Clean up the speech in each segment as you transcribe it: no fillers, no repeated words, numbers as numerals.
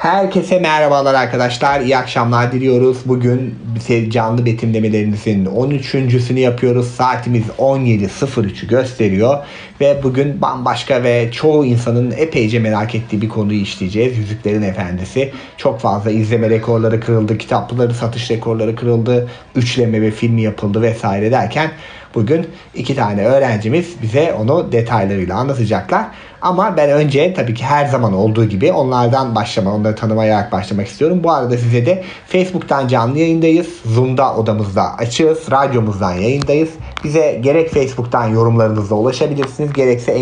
Herkese merhabalar arkadaşlar. İyi akşamlar diliyoruz. Bugün canlı betimlemelerimizin 13.sünü yapıyoruz. Saatimiz 17.03'ü gösteriyor. Ve bugün bambaşka ve çoğu insanın epeyce merak ettiği bir konuyu işleyeceğiz. Yüzüklerin Efendisi. Çok fazla izleme rekorları kırıldı. Kitapları satış rekorları kırıldı. Üçleme ve filmi yapıldı vesaire derken bugün iki tane öğrencimiz bize onu detaylarıyla anlatacaklar. Ama ben önce tabii ki her zaman olduğu gibi onları tanımayarak başlamak istiyorum. Bu arada size de Facebook'tan canlı yayındayız. Zoom'da odamızda açığız. Radyomuzdan yayındayız. Bize gerek Facebook'tan yorumlarınızla ulaşabilirsiniz. Gerekse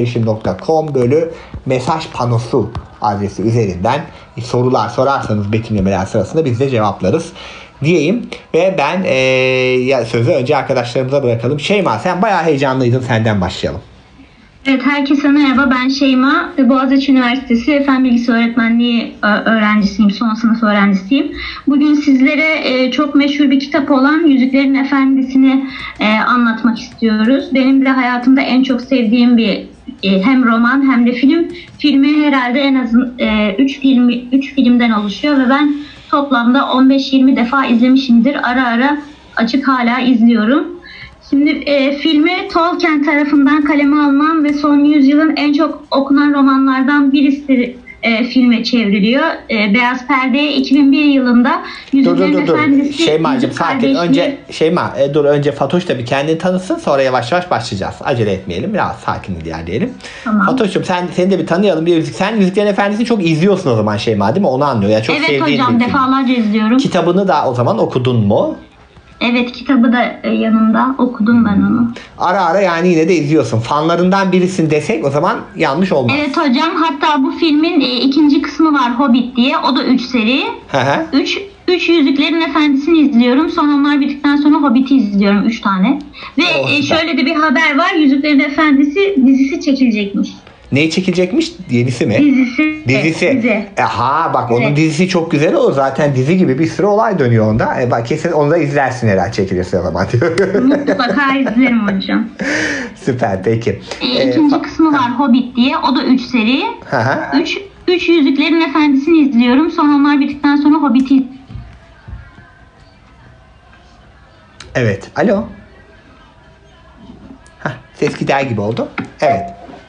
engelsevişim.com/mesaj panosu adresi üzerinden sorular sorarsanız betimlemeler sırasında biz de cevaplarız diyeyim. Ve ben sözü önce arkadaşlarımıza bırakalım. Şeyma, sen bayağı heyecanlıydın. Senden başlayalım. Evet, herkese merhaba. Ben Şeyma. Boğaziçi Üniversitesi Fen Bilgisi Öğretmenliği öğrencisiyim. Son sınıf öğrencisiyim. Bugün sizlere çok meşhur bir kitap olan Yüzüklerin Efendisi'ni anlatmak istiyoruz. Benim de hayatımda en çok sevdiğim bir hem roman hem de film. Filmi herhalde en az 3 filmden oluşuyor ve ben toplamda 15-20 defa izlemişimdir. Ara ara açıp hala izliyorum. Şimdi filmi Tolkien tarafından kaleme alınan ve son yüzyılın en çok okunan romanlardan birisi filme çevriliyor. Beyaz Perde'ye 2001 yılında Yüzüklerin Efendisi... Şeyma'cığım sakin. Önce Fatoş da bir kendini tanısın, sonra yavaş yavaş başlayacağız. Acele etmeyelim. Biraz sakin ilerleyelim. Tamam. Fatoş'cum seni de bir tanıyalım. Sen Yüzüklerin Efendisi'ni çok izliyorsun o zaman Şeyma, değil mi? Onu anlıyor. Yani çok evet hocam, defalarca izliyorum. Kitabını da o zaman okudun mu? Evet, kitabı da yanımda, okudum ben onu. Ara ara yani yine de izliyorsun. Fanlarından birisin desek o zaman yanlış olmaz. Evet hocam, hatta bu filmin ikinci kısmı var, Hobbit diye. O da 3 seri. 3 Yüzüklerin Efendisi'ni izliyorum. Sonra onlar bittikten sonra Hobbit'i izliyorum, 3 tane. Ve şöyle de bir haber var, Yüzüklerin Efendisi dizisi çekilecekmiş. Neyi çekilecekmiş? Yenisi mi? Dizisi. Dizi. Bak onun dizisi çok güzel olur. Zaten dizi gibi bir sürü olay dönüyor onda. Bak kesin onu da izlersin herhalde çekilirse o zaman. Mutlaka izlerim hocam. Süper, peki. İkinci kısmı var, Hobbit diye. O da 3 seri. 3 Yüzüklerin Efendisi'ni izliyorum. Sonra onlar bittikten sonra Hobbit'i. Evet. Alo. Ses gider gibi oldu. Evet.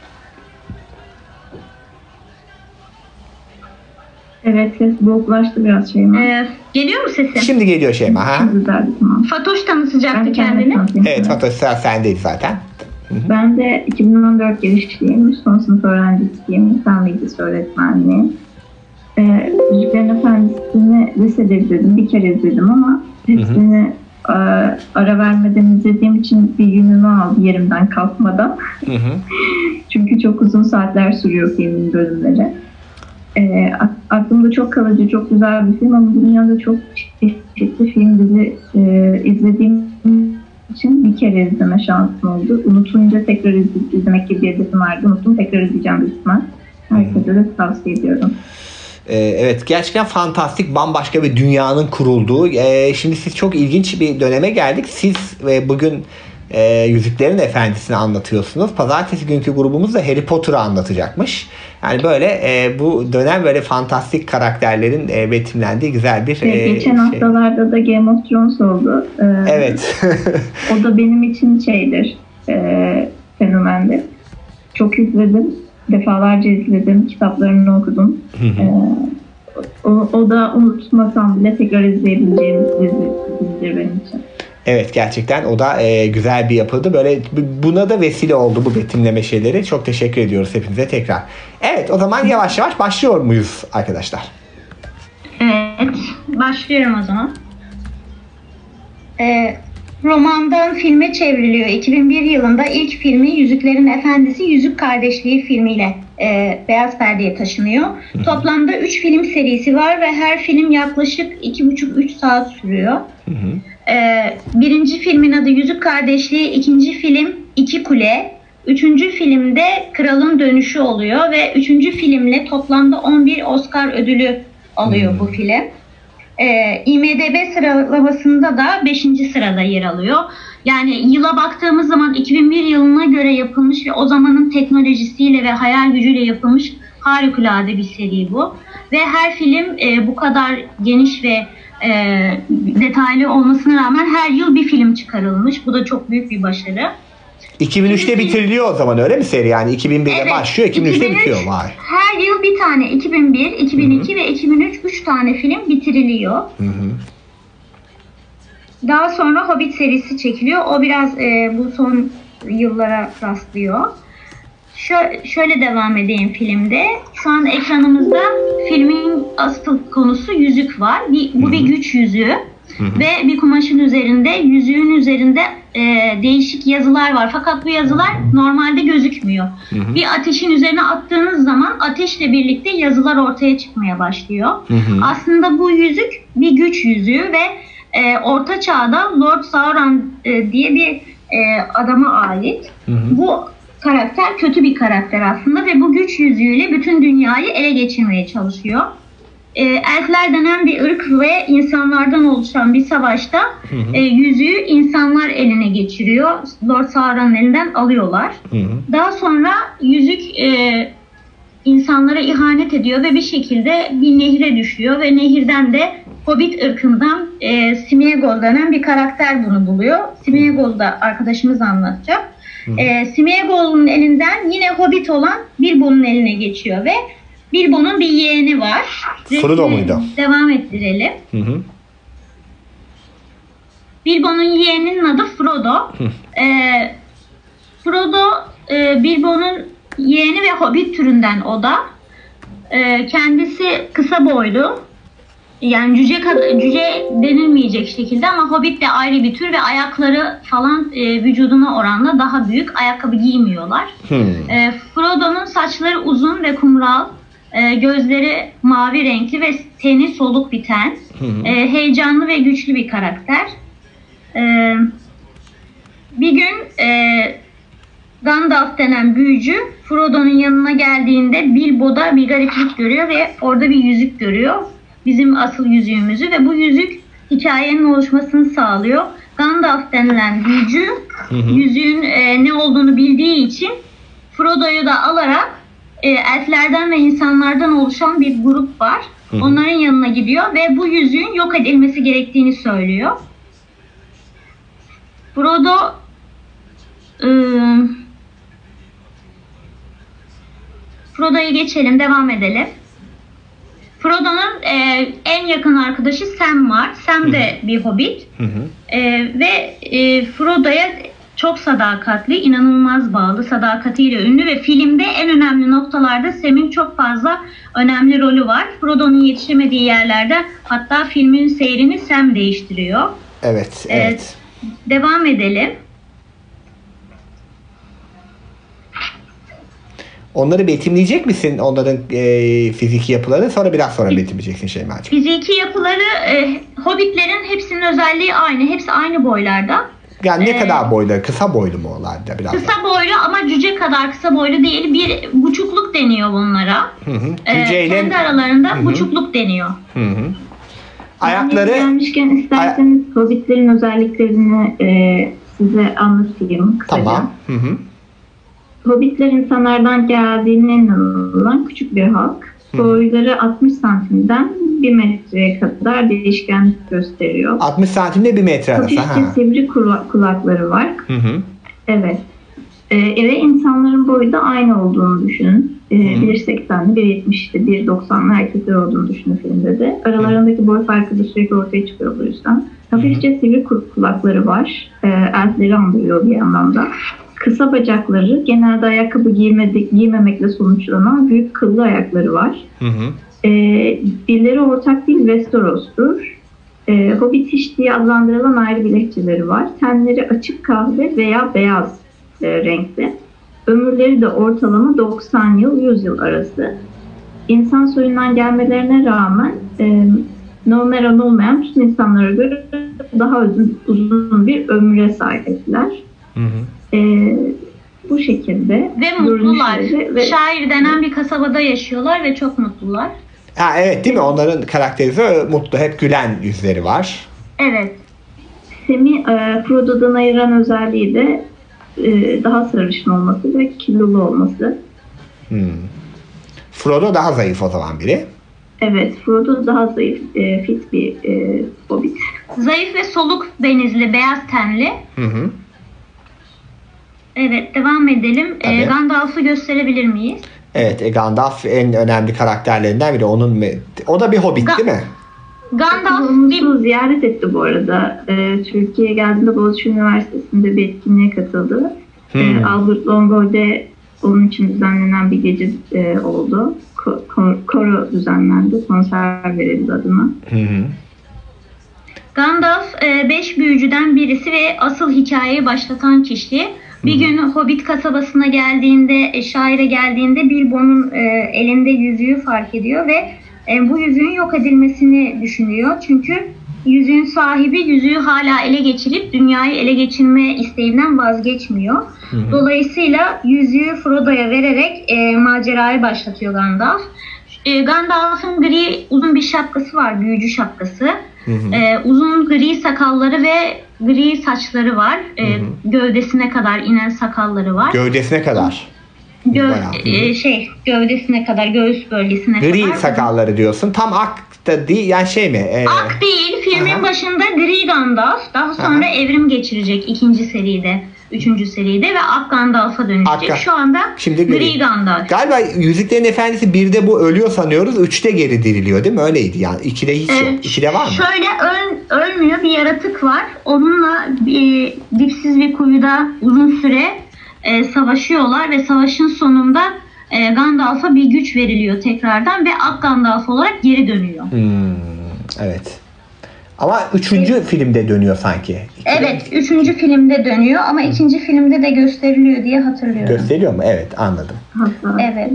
Evet, ses boğuklaştı biraz Şeyma. Geliyor mu sesim? Şimdi geliyor Şeyma. Tamam. Fatoş tanıtacaktı kendini. Evet, Fatoş sıra sendeydi zaten. Ben de 2014 girişliyim. Son sınıf öğrencisiyim. Fen Bilgisi Öğretmenliği. Yüzüklerin Efendisi'ni lisede izledim. Bir kere izledim ama hepsini ara vermeden izlediğim için bir yönünü aldı yerimden kalkmadan. Çünkü çok uzun saatler sürüyor filmin bölümleri. Aklımda çok kalıcı, çok güzel bir film ama dünyada çok çeşitli film dizi izlediğim için bir kere izleme şansım oldu. Unutunca tekrar izlemek gibi bir hedefim vardı. Unuttum, tekrar izleyeceğim büyük ihtimal. Herkese de tavsiye ediyorum. Evet, gerçekten fantastik, bambaşka bir dünyanın kurulduğu. Şimdi siz çok ilginç bir döneme geldik. Siz bugün Yüzüklerin Efendisi'ni anlatıyorsunuz. Pazartesi günkü grubumuz da Harry Potter'ı anlatacakmış. Yani böyle bu dönem böyle fantastik karakterlerin betimlendiği güzel bir geçen haftalarda da Game of Thrones oldu. Evet. O da benim için fenomendi. Çok izledim. Defalarca izledim. Kitaplarını okudum. O da unutmasam bile tekrar izleyebileceğim dizidir benim için. Evet, gerçekten o da güzel bir yapıydı. Böyle buna da vesile oldu bu betimleme şeyleri. Çok teşekkür ediyoruz hepinize tekrar. Evet, o zaman yavaş yavaş başlıyor muyuz arkadaşlar? Evet, başlıyorum o zaman. Romandan filme çevriliyor. 2001 yılında ilk filmi Yüzüklerin Efendisi Yüzük Kardeşliği filmiyle beyaz perdeye taşınıyor. Toplamda 3 film serisi var ve her film yaklaşık 2,5-3 saat sürüyor. Birinci filmin adı Yüzük Kardeşliği, ikinci film İki Kule, üçüncü filmde Kralın Dönüşü oluyor ve üçüncü filmle toplamda 11 Oscar ödülü alıyor bu film. IMDb sıralamasında da 5. sırada yer alıyor. Yani yıla baktığımız zaman 2001 yılına göre yapılmış ve o zamanın teknolojisiyle ve hayal gücüyle yapılmış Harikulade bir seri bu. Ve her film bu kadar geniş ve detaylı olmasına rağmen her yıl bir film çıkarılmış. Bu da çok büyük bir başarı. 2003'te bitiriliyor o zaman, öyle mi seri? Yani 2001'de Evet, başlıyor, 2003'te bitiyor. Vay. Her yıl bir tane, 2001, 2002 ve 2003 3 tane film bitiriliyor. Hı. Daha sonra Hobbit serisi çekiliyor. O biraz bu son yıllara rastlıyor. Şöyle devam edeyim filmde. Şu an ekranımızda filmin asıl konusu yüzük var. Bu bir güç yüzüğü. Ve bir kumaşın üzerinde, yüzüğün üzerinde değişik yazılar var. Fakat bu yazılar normalde gözükmüyor. Bir ateşin üzerine attığınız zaman ateşle birlikte yazılar ortaya çıkmaya başlıyor. Aslında bu yüzük bir güç yüzüğü ve Orta Çağ'da Lord Sauron diye bir adama ait. Bu karakter kötü bir karakter aslında ve bu güç yüzüğüyle bütün dünyayı ele geçirmeye çalışıyor. Elfler denen bir ırk ve insanlardan oluşan bir savaşta yüzüğü insanlar eline geçiriyor. Lord Sauron'un elinden alıyorlar. Daha sonra yüzük insanlara ihanet ediyor ve bir şekilde bir nehre düşüyor ve nehirden de Hobbit ırkından Smeagol denen bir karakter bunu buluyor. Smeagol da arkadaşımız anlatacak. Smeagol'un elinden yine Hobbit olan Bilbo'nun eline geçiyor ve Bilbo'nun bir yeğeni var. Frodo muydu? Devam ettirelim. Bilbo'nun yeğeninin adı Frodo. Frodo Bilbo'nun yeğeni ve Hobbit türünden o da. Kendisi kısa boylu. Yani cüce denilmeyecek şekilde ama Hobbit de ayrı bir tür ve ayakları falan vücuduna oranla daha büyük. Ayakkabı giymiyorlar. Frodo'nun saçları uzun ve kumral. Gözleri mavi renkli ve teni soluk bir ten. Heyecanlı ve güçlü bir karakter. Bir gün Gandalf denen büyücü Frodo'nun yanına geldiğinde Bilbo'da bir gariplik görüyor ve orada bir yüzük görüyor. Bizim asıl yüzüğümüzü ve bu yüzük hikayenin oluşmasını sağlıyor. Gandalf denilen büyücü yüzüğün ne olduğunu bildiği için Frodo'yu da alarak elflerden ve insanlardan oluşan bir grup var. Onların yanına gidiyor ve bu yüzüğün yok edilmesi gerektiğini söylüyor. Frodo Frodo'yu geçelim, devam edelim. Frodo'nun en yakın arkadaşı Sam var. Sam de bir hobbit. Ve Frodo'ya çok sadakatli, inanılmaz bağlı, sadakatiyle ünlü ve filmde en önemli noktalarda Sam'in çok fazla önemli rolü var. Frodo'nun yetişemediği yerlerde hatta filmin seyrini Sam değiştiriyor. Evet. Devam edelim. Onları betimleyecek misin? Onların fiziki yapılarını biraz sonra betimleyeceksin Şeyma'cığım. Fiziki yapıları Hobbitlerin hepsinin özelliği aynı. Hepsi aynı boylarda. Yani ne kadar boyları? Kısa boylu mu onlar da biraz? Kısa boylu ama cüce kadar kısa boylu değil. Bir buçukluk deniyor bunlara. Kendi aralarında buçukluk deniyor. Ayakları... Gelmişken isterseniz Hobbitlerin özelliklerini size anlatayım kısaca. Tamam. Hobbitler insanlardan geldiğine inanılan küçük bir halk. Boyları 60 santimden 1 metreye kadar değişkenlik gösteriyor. 60 santimde 1 metre arası. Hafifçe sivri kulakları var. Evet. Ve insanların boyu da aynı olduğunu düşünün. 1.80'li, 1.70'li, 1.90'lı erkekler olduğunu düşünün filmde de. Aralarındaki boy farkı da sürekli ortaya çıkıyor bu yüzden. Hafifçe sivri kulakları var. Elfleri andırıyor bir yandan da. Kısa bacakları, genelde ayakkabı giymemekle sonuçlanan büyük kıllı ayakları var. Dilleri ortak dil Vestoros'tur. Hobbitish diye adlandırılan ayrı bir lehçeleri var. Tenleri açık kahve veya beyaz renkte. Ömürleri de ortalama 90 yıl, 100 yıl arası. İnsan soyundan gelmelerine rağmen Numeron olmayan bütün insanlara göre daha uzun bir ömre sahipler. Bu şekilde. Ve mutlular. Şair denen bir kasabada yaşıyorlar ve çok mutlular. Evet değil mi? Onların karakteri mutlu. Hep gülen yüzleri var. Evet. Sam'i Frodo'dan ayıran özelliği de daha sarışın olması ve kilolu olması. Frodo daha zayıf o zaman biri. Evet, Frodo daha zayıf, fit bir hobbit. Zayıf ve soluk benizli, beyaz tenli. Hı hı. Evet, devam edelim. Tabii. Gandalf'ı gösterebilir miyiz? Evet, Gandalf en önemli karakterlerinden biri. O da bir hobbit değil mi? Gandalf Onu ziyaret etti bu arada. Türkiye'ye geldiğinde Boğaziçi Üniversitesi'nde bir etkinliğe katıldı. Albert Longboard'de onun için düzenlenen bir gece oldu. Koro düzenlendi. Konser verildi adına. Gandalf 5 büyücüden birisi ve asıl hikayeyi başlatan kişi. Bir gün Hobbit kasabasına geldiğinde, şaire geldiğinde Bilbo'nun elinde yüzüğü fark ediyor ve bu yüzüğün yok edilmesini düşünüyor. Çünkü yüzüğün sahibi yüzüğü hala ele geçirip dünyayı ele geçirme isteğinden vazgeçmiyor. Dolayısıyla yüzüğü Frodo'ya vererek macerayı başlatıyor Gandalf. Gandalf'ın gri uzun bir şapkası var, büyücü şapkası. Uzun gri sakalları ve gri saçları var. Gövdesine kadar inen sakalları var. Gövdesine kadar. Gövdesine kadar, göğüs bölgesine kadar. Gri sakalları diyorsun. Tam ak da değil, yani şey mi? Ak değil. Filmin başında gri Gandalf. Daha sonra evrim geçirecek ikinci seride, üçüncü seride ve ak Gandalf'a dönecek. Şu anda şimdi gri Gandalf. Galiba Yüzüklerin Efendisi 1'de bu ölüyor sanıyoruz. 3'te geri diriliyor değil mi? Öyleydi yani. 2'de hiç yok. 2'de var mı? Şöyle ölmüyor, bir yaratık var. Onunla dipsiz bir kuyuda uzun süre savaşıyorlar ve savaşın sonunda Gandalf'a bir güç veriliyor tekrardan ve ak Gandalf olarak geri dönüyor. Evet. Ama 3. filmde dönüyor sanki. Evet, 3. filmde dönüyor ama 2. filmde de gösteriliyor diye hatırlıyorum. Gösteriliyor mu? Evet, anladım. Evet.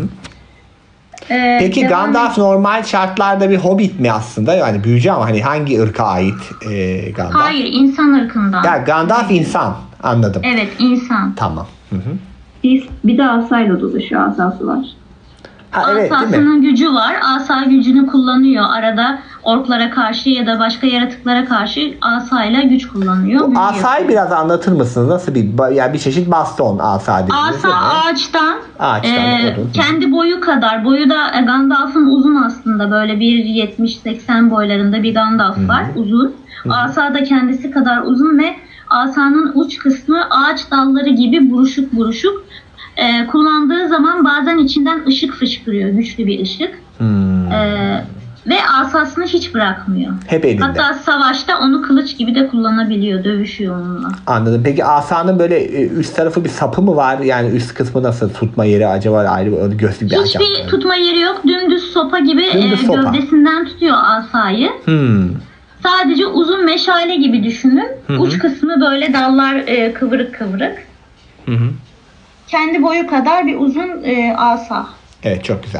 Peki Gandalf normal şartlarda bir hobbit mi aslında? Yani büyücü ama hani hangi ırka ait Gandalf? Hayır, insan ırkından. Ya Gandalf insan. Anladım. Evet, insan. Tamam. Bir de asayla dolaşıyor. Asası var. Asasının gücü var. Asa gücünü kullanıyor. Arada orklara karşı ya da başka yaratıklara karşı asayla güç kullanıyor. Bu asayı biraz anlatır mısınız? Nasıl bir çeşit baston asa dediğiniz? Asa ağaçtan kendi boyu kadar. Boyu da Gandalf'ın uzun aslında. Böyle 1.70-80 boylarında bir Gandalf var. Uzun. Asa da kendisi kadar uzun ve asanın uç kısmı ağaç dalları gibi buruşuk buruşuk. Kullandığı zaman bazen içinden ışık fışkırıyor. Güçlü bir ışık. Ve asasını hiç bırakmıyor. Hep elinde. Hatta savaşta onu kılıç gibi de kullanabiliyor. Dövüşüyor onunla. Anladım. Peki asanın böyle üst tarafı bir sapı mı var? Yani üst kısmı nasıl? Tutma yeri acaba ayrı bir göğsü bir hiçbir tutma yeri yok. Dümdüz sopa gibi gövdesinden tutuyor asayı. Sadece uzun meşale gibi düşünün. Uç kısmı böyle dallar kıvırık kıvırık. Kendi boyu kadar bir uzun asa. Evet, çok güzel.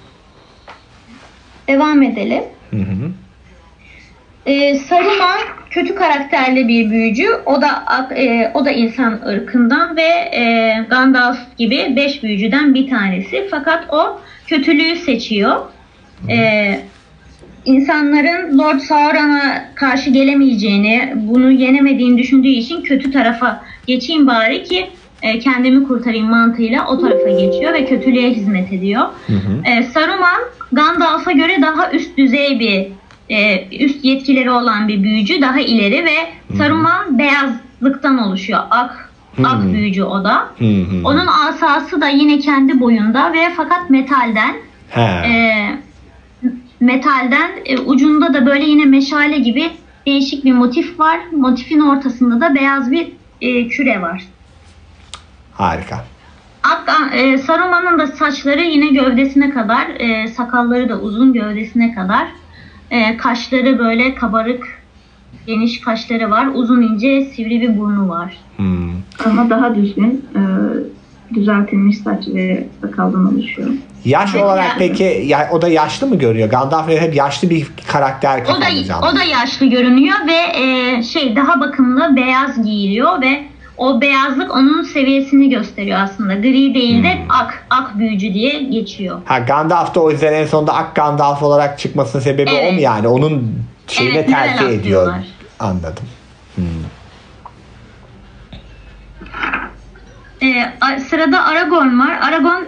Devam edelim. Saruman kötü karakterli bir büyücü. O da insan ırkından ve Gandalf gibi 5 büyücüden bir tanesi. Fakat o kötülüğü seçiyor. İnsanların Lord Sauron'a karşı gelemeyeceğini, bunu yenemediğini düşündüğü için kötü tarafa geçeyim bari ki kendimi kurtarayım mantığıyla o tarafa geçiyor ve kötülüğe hizmet ediyor. Saruman Gandalf'a göre daha üst düzey bir üst yetkileri olan bir büyücü, daha ileri ve Saruman beyazlıktan oluşuyor. Ak büyücü o da. Onun asası da yine kendi boyunda ve fakat metalden ucunda da böyle yine meşale gibi değişik bir motif var. Motifin ortasında da beyaz bir küre var. Harika. Saruman'ın da saçları yine gövdesine kadar, sakalları da uzun gövdesine kadar. Kaşları böyle kabarık, geniş kaşları var. Uzun ince sivri bir burnu var. Ama daha düzgün, düzeltilmiş saç ve sakaldan oluşuyor. Yaş olarak peki o da yaşlı mı görünüyor? Gandalf hep yaşlı bir karakter kafamda. O da yaşlı görünüyor ve daha bakımlı beyaz giyiliyor ve o beyazlık onun seviyesini gösteriyor aslında. Gri değil de ak büyücü diye geçiyor. Gandalf da o yüzden en sonunda ak Gandalf olarak çıkmasının sebebi o mu yani? Onun şeyine tercih ediyor. Anladım. Sırada Aragorn var. Aragorn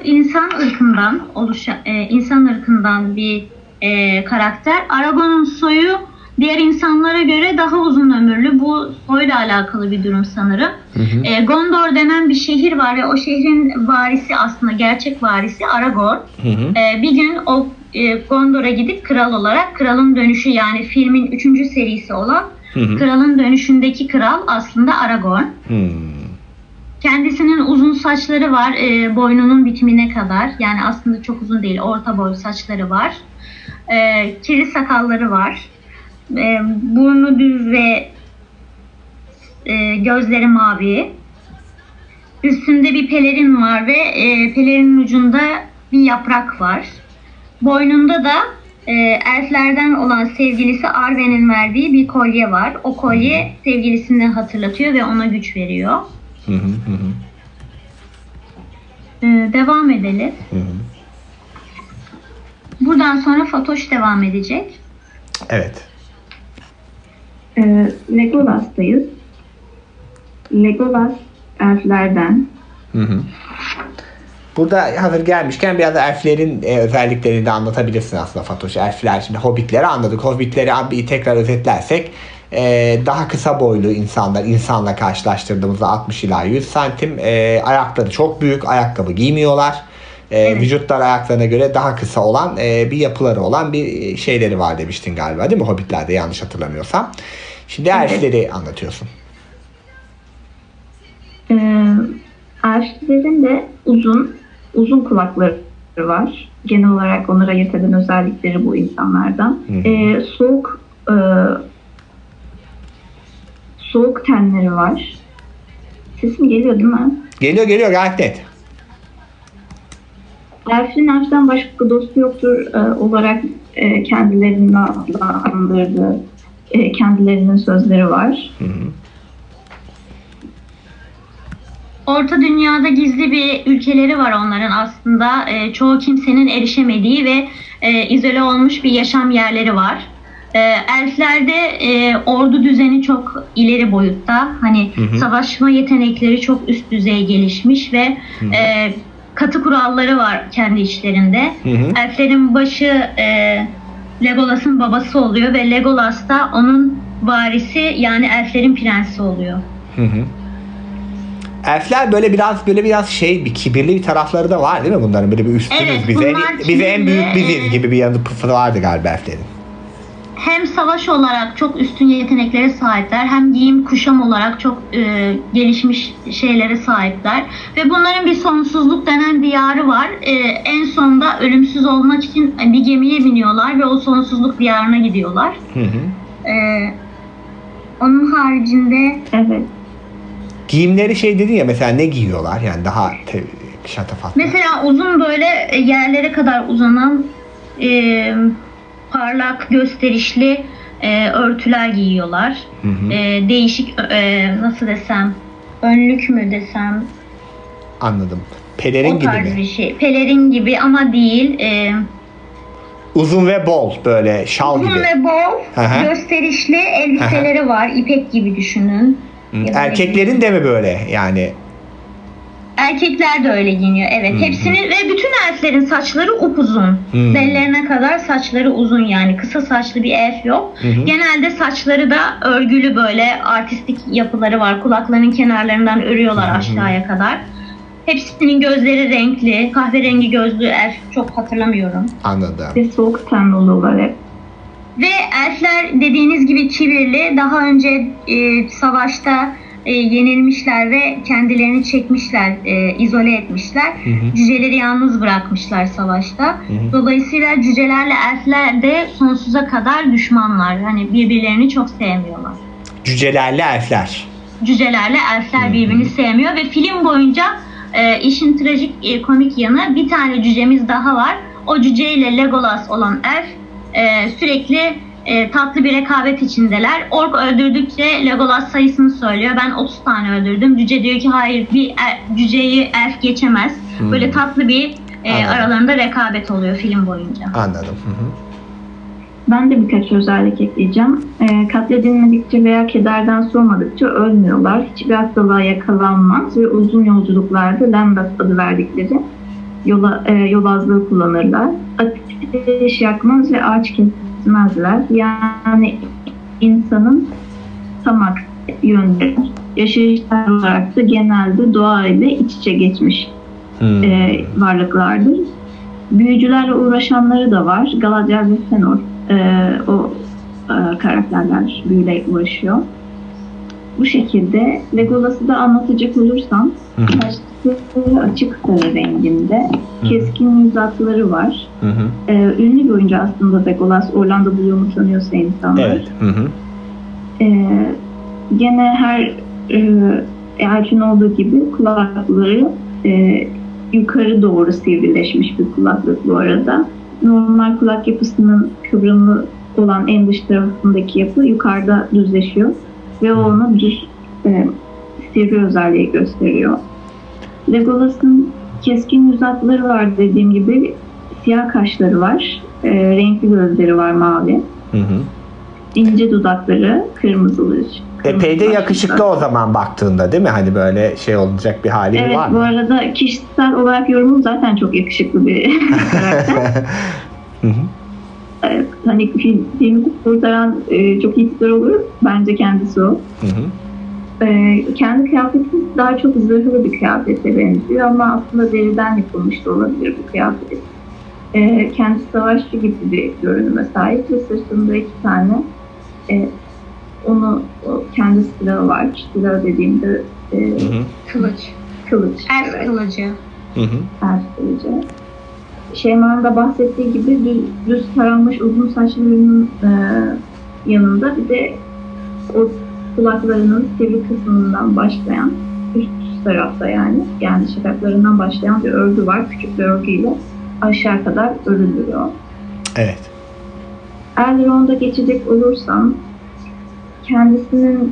insan ırkından bir karakter. Aragorn'un soyu diğer insanlara göre daha uzun ömürlü. Bu soyla alakalı bir durum sanırım. Gondor denen bir şehir var ve o şehrin varisi, aslında gerçek varisi Aragorn. Bir gün o Gondor'a gidip kral olarak, Kralın Dönüşü yani filmin 3. serisi olan Kralın Dönüşü'ndeki kral aslında Aragorn. Kendisinin uzun saçları var, boynunun bitimine kadar. Yani aslında çok uzun değil, orta boy saçları var. Kirli sakalları var. Burnu düz ve gözleri mavi. Üstünde bir pelerin var ve pelerinin ucunda bir yaprak var. Boynunda da elflerden olan sevgilisi Arwen'in verdiği bir kolye var. O kolye sevgilisini hatırlatıyor ve ona güç veriyor. Devam edelim. Buradan sonra Fatoş devam edecek. Evet. Legolas'tayız. Legolas elflerden. Burada hazır gelmişken biraz da elflerin özelliklerini de anlatabilirsin aslında Fatoş. Elfler, şimdi hobbitleri anladık. Hobbitleri bir tekrar özetlersek daha kısa boylu insanlar, insanla karşılaştırdığımızda 60 ila 100 santim. Ayakları çok büyük, ayakkabı giymiyorlar. Evet. Vücutlar ayaklarına göre daha kısa olan bir yapıları olan bir şeyleri var demiştin galiba, değil mi? Hobbitlerde, yanlış hatırlamıyorsam. Şimdi elfleri anlatıyorsun. Elflerin de uzun kulakları var. Genel olarak onları ayırt eden özellikleri bu insanlardan. Soğuk tenleri var. Sesim geliyor değil mi? Geliyor gayet net. Elf'ten başka dostu yoktur olarak kendilerinin adlandırdığı kendilerinin sözleri var. Orta Dünya'da gizli bir ülkeleri var onların aslında. Çoğu kimsenin erişemediği ve izole olmuş bir yaşam yerleri var. Elflerde ordu düzeni çok ileri boyutta. Hani savaşma yetenekleri çok üst düzey gelişmiş ve katı kuralları var kendi içlerinde. Elflerin başı Legolas'ın babası oluyor ve Legolas da onun varisi, yani elflerin prensi oluyor. Elfler böyle biraz bir kibirli bir tarafları da var değil mi bunların? Böyle bir üstünüz, Evet, bize en büyük biziz gibi bir yanı pıfı vardı galiba elflerin. Hem savaş olarak çok üstün yeteneklere sahipler, hem giyim kuşam olarak çok gelişmiş şeylere sahipler ve bunların bir sonsuzluk denen diyarı var. En sonunda ölümsüz olmak için bir gemiye biniyorlar ve o sonsuzluk diyarına gidiyorlar. Onun haricinde giyimleri dedin ya, mesela ne giyiyorlar? Yani daha şatafatlı. Mesela uzun böyle yerlere kadar uzanan parlak, gösterişli örtüler giyiyorlar. Değişik, nasıl desem, önlük mü desem? Anladım. Pelerin gibi mi? O tarz bir şey. Pelerin gibi ama değil. Uzun ve bol, böyle şal gibi. Uzun ve bol, gösterişli elbiseleri var. İpek gibi düşünün. Erkeklerin de mi böyle yani? Erkekler de öyle giyiniyor, evet. Hepsinin ve bütün elflerin saçları upuzun. Bellerine kadar saçları uzun, yani kısa saçlı bir elf yok. Genelde saçları da örgülü, böyle artistik yapıları var. Kulaklarının kenarlarından örüyorlar aşağıya kadar. Hepsinin gözleri renkli, kahverengi gözlü elf çok hatırlamıyorum. Anladım. Ve soğuk tenli oluyorlar hep. Ve elfler dediğiniz gibi kibirli. Daha önce savaşta yenilmişler ve kendilerini çekmişler, izole etmişler. Cüceleri yalnız bırakmışlar savaşta. Dolayısıyla cücelerle elfler de sonsuza kadar düşmanlar. Hani birbirlerini çok sevmiyorlar. Cücelerle elfler. Cücelerle elfler birbirini sevmiyor ve film boyunca işin trajik komik yanı, bir tane cücemiz daha var. O cüceyle Legolas olan elf sürekli tatlı bir rekabet içindeler. Ork öldürdükçe Legolas sayısını söylüyor. Ben 30 tane öldürdüm. Cüce diyor ki hayır, bir cüceyi elf geçemez. Böyle tatlı bir aralarında rekabet oluyor film boyunca. Anladım. Ben de birkaç özellik ekleyeceğim. Katledilmedikçe veya kederden soğumadıkça ölmüyorlar. Hiçbir hastalığa yakalanmaz ve uzun yolculuklarda Lambeth adı verdikleri yolazlığı kullanırlar. Ateş yakmaz ve ağaç kesmezler. Yani insanın tam aksi yönde. Yaşayışlar olarak da genelde doğa ile iç içe geçmiş varlıklardır. Büyücülerle uğraşanları da var. Galadriel ve Fëanor karakterler büyüyle uğraşıyor. Bu şekilde Legolas'ı da anlatacak olursam saçları açık sarı renginde, keskin yüz hatları var. Ünlü bir oyuncu aslında Legolas. Orlando Bloom'u tanıyorsa insanlar. Evet. Gene her elfin olduğu gibi kulakları yukarı doğru sivrileşmiş bir kulaklık bu arada. Normal kulak yapısının kıvrımlı olan en dış tarafındaki yapı yukarıda düzleşiyor ve o onu düz sivri özelliği gösteriyor. Legolas'ın keskin yüz hatları var dediğim gibi, siyah kaşları var, renkli gözleri var mavi, ince dudakları, kırmızılı. Epey de yakışıklı o zaman baktığında, değil mi? Hani böyle şey olacak bir hali evet, var mı? Bu arada kişisel olarak yorumum zaten çok yakışıklı bir karakter. Evet, hani filmi kurtaran çok iyi tipler olur. Bence kendisi o. Kendi kıyafeti daha çok zırhlı bir kıyafete benziyor ama aslında deriden yapılmış da olabilir bu kıyafet. Kendisi savaşçı gibi bir görünüme sahip ve sırtında 2 tane kendi silahı var. Silah dediğimde Kılıç. Elf Evet. kılıcı. Elf kılıcı. Şeyma'nın da bahsettiği gibi düz taranmış uzun saçlarının yanında bir de o kulaklarının sivri kısmından başlayan, üst tarafta yani şakaklarından başlayan bir örgü var. Küçük bir örgüyle aşağı kadar örülüyor. Evet. Elrond'a geçecek olursam kendisinin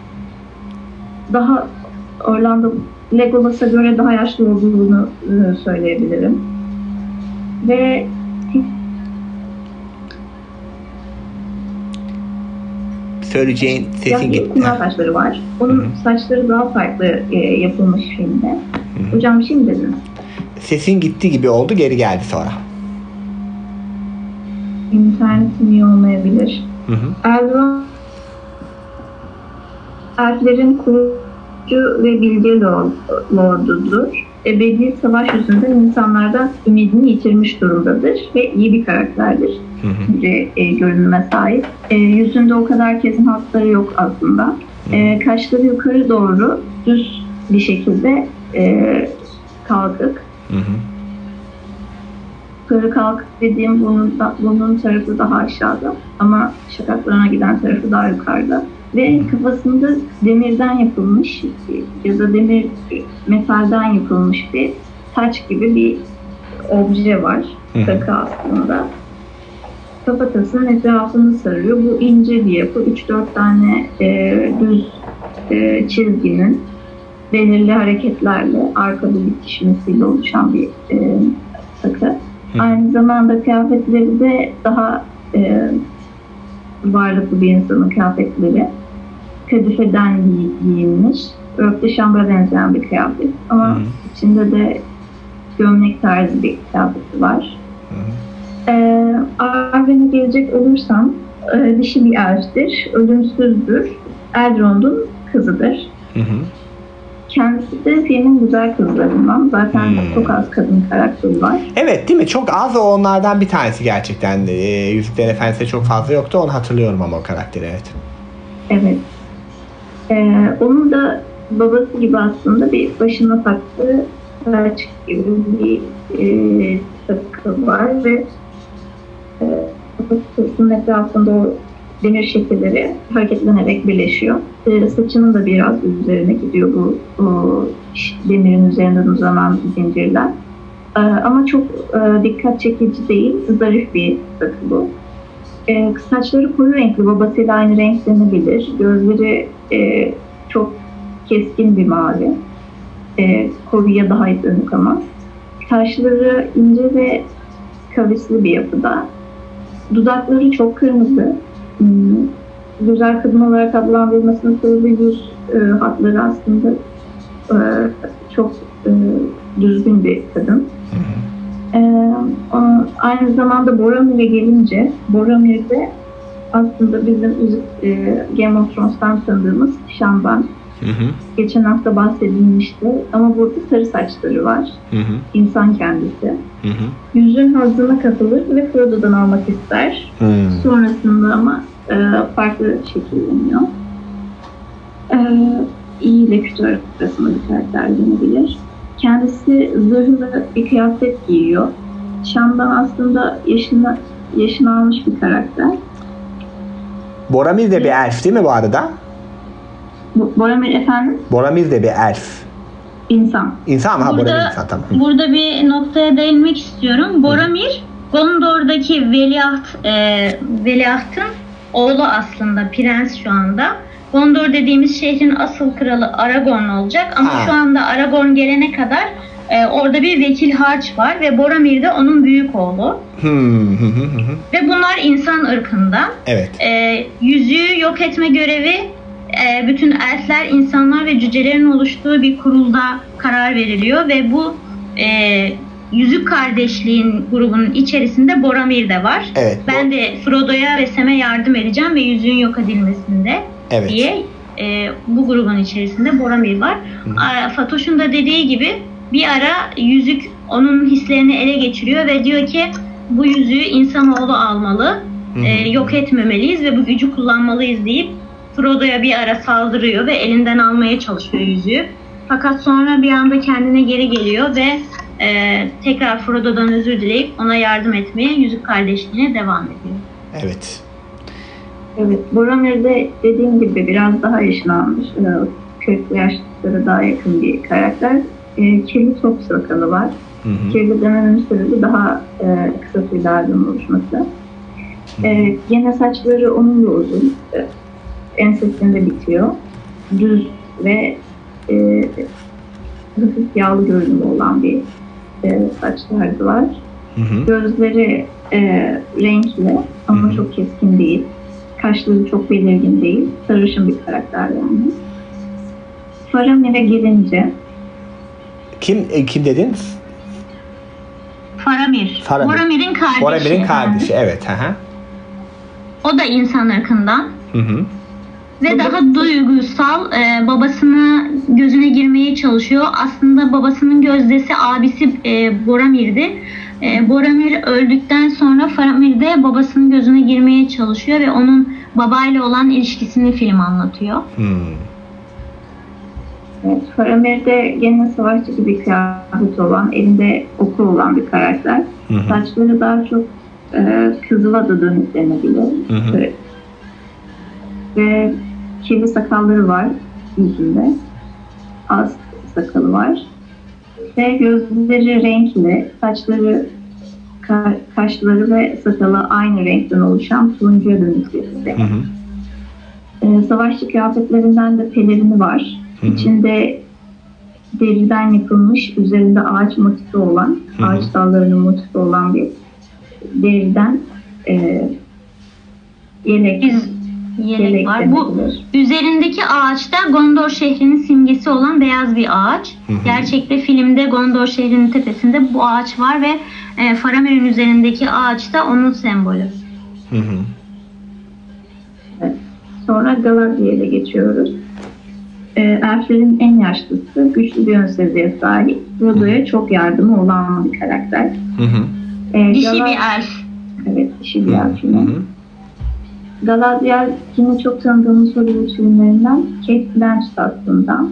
daha Orlando Legolas'a göre daha yaşlı olduğunu söyleyebilirim. Ve Söyleyeceğin sesin gitti. Kumral saçları var. Onun saçları daha farklı yapılmış filmde. Hocam bir şey mi dediniz? Sesin gitti gibi oldu, geri geldi sonra. İnternetim iyi olmayabilir. Elrond elflerin kurucu ve bilge lordudur. Ebedi savaş yüzünden insanlardan ümidini yitirmiş durumdadır ve iyi bir karakterdir. Görünüme sahip. Yüzünde o kadar kesin hatları yok aslında. Kaşları yukarı doğru düz bir şekilde kalkık. Yukarı kalkık dediğim bunun tarafı daha aşağıda ama şakaklarına giden tarafı daha yukarıda. Ve kafasında demirden yapılmış ya da metalden yapılmış bir taç gibi bir obje var. Takı aslında. Kafatasının etrafını sarıyor. Bu ince bir yapı. 3-4 tane düz çizginin belirli hareketlerle arkada bitişmesiyle oluşan bir takı. Aynı zamanda kıyafetleri de daha varlıklı bir insanın kıyafetleri. Kadifeden giyinmiş. Örgüde şambra benzeyen bir kıyafet. Ama içinde de gömlek tarzı bir kıyafeti var. Arwen'e gelecek olursam dişi bir elftir. Ölümsüzdür. Elrond'un kızıdır. Kendisi de filmin güzel kızlarından. Zaten çok az kadın karakteri var. Evet, değil mi? Çok az, o onlardan bir tanesi gerçekten. Yüzüklerin Efendisi'de çok fazla yoktu. Onu hatırlıyorum ama o karakteri, evet. Evet. Onun da babası gibi aslında bir başına taktığı saç gibi bir takı var ve kafasının etrafında o demir şekilleri hareketlenerek birleşiyor. Saçının da biraz üzerine gidiyor bu demirin üzerinden uzanan zincirler. Ama çok dikkat çekici değil, zarif bir takı bu. Saçları koyu renkli, babasıyla aynı renk denebilir. Gözleri çok keskin bir mavi. Koyuya daha dönük ama. Kaşları ince ve kavisli bir yapıda. Dudakları çok kırmızı. Güzel kadın olarak adlandırılmasının sebebi yüz hatları aslında çok düzgün bir kadın. Aynı zamanda Boromir'e gelince, Boromir'de aslında bizim Game of Thrones'tan tanıdığımız Shanban. Geçen hafta bahsedilmişti ama burada sarı saçları var. İnsan kendisi. Yüzün hazzına katılır ve Frodo'dan almak ister. Sonrasında ama farklı şekilleniyor. İyi ile kötü arasında bir karakter denebilir. Kendisi zırhlı bir kıyafet giyiyor. Shanban aslında yaşını almış bir karakter. Boromir de bir elf değil mi bu arada? Boromir efendim? Boromir de bir elf. İnsan. İnsan mı? Boromir insan, tamam. Burada bir noktaya değinmek istiyorum. Boromir, Gondor'daki veliahtın oğlu aslında, prens şu anda. Gondor dediğimiz şehrin asıl kralı Aragorn olacak ama şu anda Aragorn gelene kadar orada bir vekil harç var ve Boromir de onun büyük oğlu. Ve bunlar insan ırkında. Evet. Yüzüğü yok etme görevi bütün elfler, insanlar ve cücelerin oluştuğu bir kurulda karar veriliyor ve bu Yüzük Kardeşliğin grubunun içerisinde Boromir de var. Evet, ben de Frodo'ya ve Sam'e yardım edeceğim ve yüzüğün yok edilmesinde diye bu grubun içerisinde Boromir var. Fatoş'un da dediği gibi bir ara yüzük onun hislerini ele geçiriyor ve diyor ki bu yüzüğü insanoğlu almalı, yok etmemeliyiz ve bu gücü kullanmalıyız deyip Frodo'ya bir ara saldırıyor ve elinden almaya çalışıyor yüzüğü. Fakat sonra bir anda kendine geri geliyor ve tekrar Frodo'dan özür dileyip ona yardım etmeye Yüzük Kardeşliği'ne devam ediyor. Evet. Evet, Boromir de dediğim gibi biraz daha yaşını almış. 40 yaşlara daha yakın bir karakter. Kirli top sakalı var. Kirli dememin sebebi daha kısa tüylerden oluşması. Gene saçları onun da uzun. Ensesinde bitiyor. Düz ve hafif yağlı görünümü olan bir saç tarzı var. Gözleri renkli ama çok keskin değil. Kaşları çok belirgin değil. Sarışın bir karakter yani. Faramir'e gelince Kim dedin? Faramir. Boromir'in kardeşi. Boromir'in kardeşi, evet. O da insan ırkından. Ve daha duygusal, babasını gözüne girmeye çalışıyor. Aslında babasının gözdesi abisi Boromir'di. Boromir öldükten sonra Faramir de babasının gözüne girmeye çalışıyor ve onun babayla olan ilişkisini film anlatıyor. Evet, Faramir de gene savaşçı gibi bir kıyafet olan, elinde oku olan bir karakter. Saçları daha çok kızıla da dönük denebilir. Evet. Ve kirli sakalları var yüzünde. Az sakalı var. Ve gözleri renkli, saçları, kaşları ve sakalı aynı renkten oluşan turuncuya dönük birisi. Savaşçı kıyafetlerinden de pelerini var. İçinde deriden yapılmış, üzerinde ağaç motifi olan, ağaç dallarının motifi olan bir deriden yelek var. Bu üzerindeki ağaçta Gondor şehrinin simgesi olan beyaz bir ağaç. Gerçekte filmde Gondor şehrinin tepesinde bu ağaç var ve Faramir'in üzerindeki ağaç da onun sembolü. Evet. Sonra Galadriel'e geçiyoruz. Elflerin en yaşlısı, güçlü bir önsezliğe sahip, Frodo'ya çok yardımı olan bir karakter. Dişi bir elf. Evet, dişi bir elf yine. Galadriel yine çok tanıdığımız Hollywood filmlerinden Cate Blanchett aslında.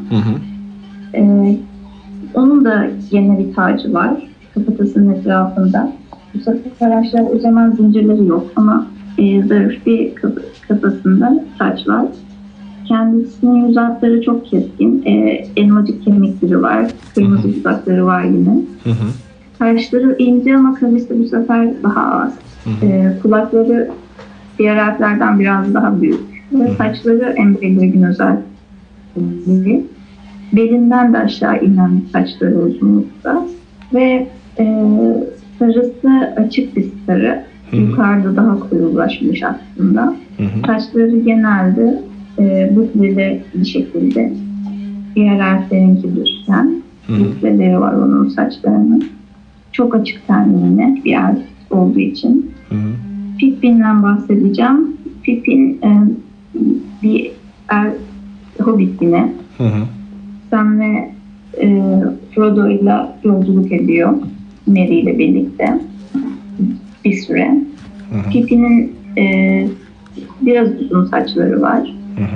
Onun da yine bir tacı var kafatasının etrafında. Bu sefer araçlar o zaman zincirleri yok ama zarif bir kafasında taç var. Kendisinin yüz hatları çok keskin. Elmacık kemikleri var. Kırmızı dudakları var yine. Kaşları ince ama kavisi bu sefer daha az. Kulakları diğer harflerden biraz daha büyük. Ve saçları en belirgin özelliği. Belinden de aşağı inen saçları uzunlukta. Ve sarısı açık bir sarı. Yukarıda daha koyulaşmış aslında. Saçları genelde bükleli bir şekilde. Diğer elflerinki düşten. Bükleleri var onun saçlarının. Çok açık tenli yine bir elf olduğu için. Pippin'den bahsedeceğim. Pippin bir hobbit yine. Sam ve Frodo ile yolculuk ediyor. Merry ile birlikte bir süre. Pippin'in biraz uzun saçları var.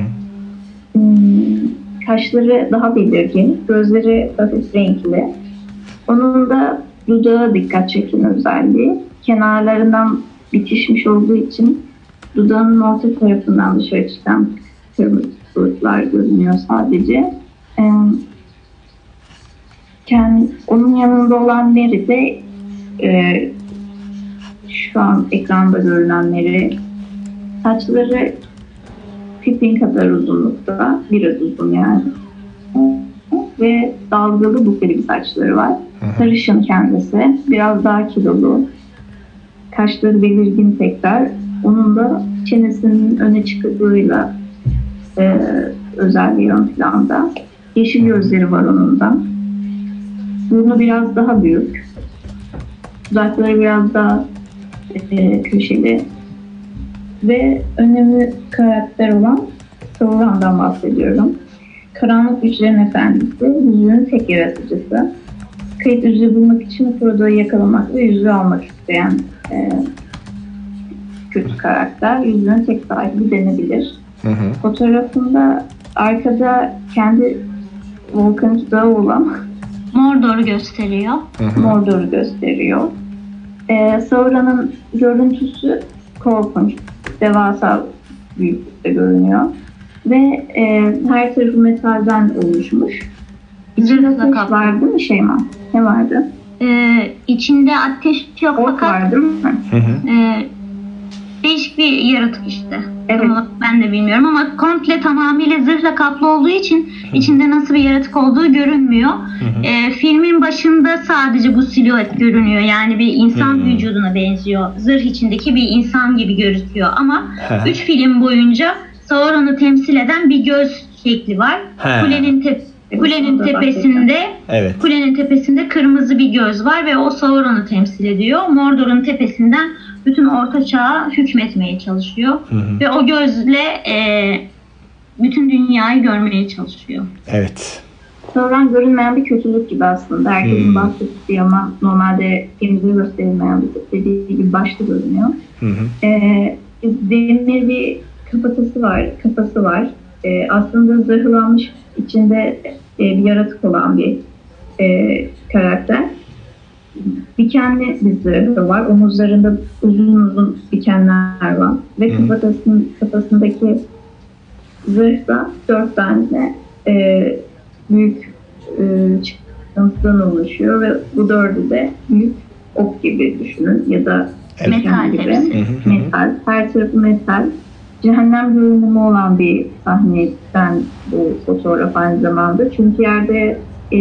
Kaşları daha belirgin, gözleri hafif renkli. Onun da dudağı dikkat çeken özelliği. Kenarlarından bitişmiş olduğu için dudağının orta tarafından dışarı çıkan kırmızı bulutlar görünüyor sadece. Onun yanında olan Merry de şu an ekranda görünen Merry, saçları Pippin kadar uzunlukta, biraz uzun yani. Ve dalgalı bukeli bir saçları var. Sarışın kendisi, biraz daha kilolu. Kaşları belirgin tekrar. Onun da çenesinin öne çıkıklığıyla özelliği ön planda. Yeşil gözleri var onun da. Burnu biraz daha büyük. Dudakları biraz daha köşeli. Ve önemli karakter olan Sauron'dan bahsediyorum. Karanlık güçlerin efendisi, yüzüğün tek yaratıcısı. Kayıt yüzüğü bulmak için Frodo'yu yakalamak ve yüzüğü almak isteyen kötü karakter. Yüzüğün tek sahibi denebilir. Fotoğrafında arkada kendi volkanik dağı olan Mordor'u gösteriyor. Mordor'u gösteriyor. Sauron'un görüntüsü korkunç, devasa büyüklükte görünüyor. Ve her tarafı metalden oluşmuş. İçinde ateş vardı değil mi Şeyma? Ne vardı? İçinde ateş yok fakat vardı mı? Değişik bir yaratık işte. Evet. Ama ben de bilmiyorum ama komple tamamıyla zırhla kaplı olduğu için içinde nasıl bir yaratık olduğu görünmüyor. Filmin başında sadece bu silüet görünüyor. Yani bir insan vücuduna benziyor. Zırh içindeki bir insan gibi gözüküyor ama 3 film boyunca Sauron'u temsil eden bir göz şekli var. Kulenin tepesinde kırmızı bir göz var ve o Sauron'u temsil ediyor. Mordor'un tepesinden bütün Orta Çağ'a hükmetmeye çalışıyor. Ve o gözle bütün dünyayı görmeye çalışıyor. Evet. Sauron görünmeyen bir kötülük gibi aslında. Herkesin bahsettiği ama normalde filmde gösterilmeyen bir dediği gibi başta görünüyor. Demir bir kafası var. Aslında zırhlanmış, içinde bir yaratık olan bir karakter. Dikenli bir zırhı var. Omuzlarında uzun dikenler var. Ve kafasındaki zırhta 4 tane büyük çıkıntıdan oluşuyor ve bu 4'ü de büyük ok gibi düşünün ya da metal gibi. Metal. Her tarafı metal. Cehennem görünümü olan bir sahneden bu fotoğraf aynı zamanda. Çünkü yerde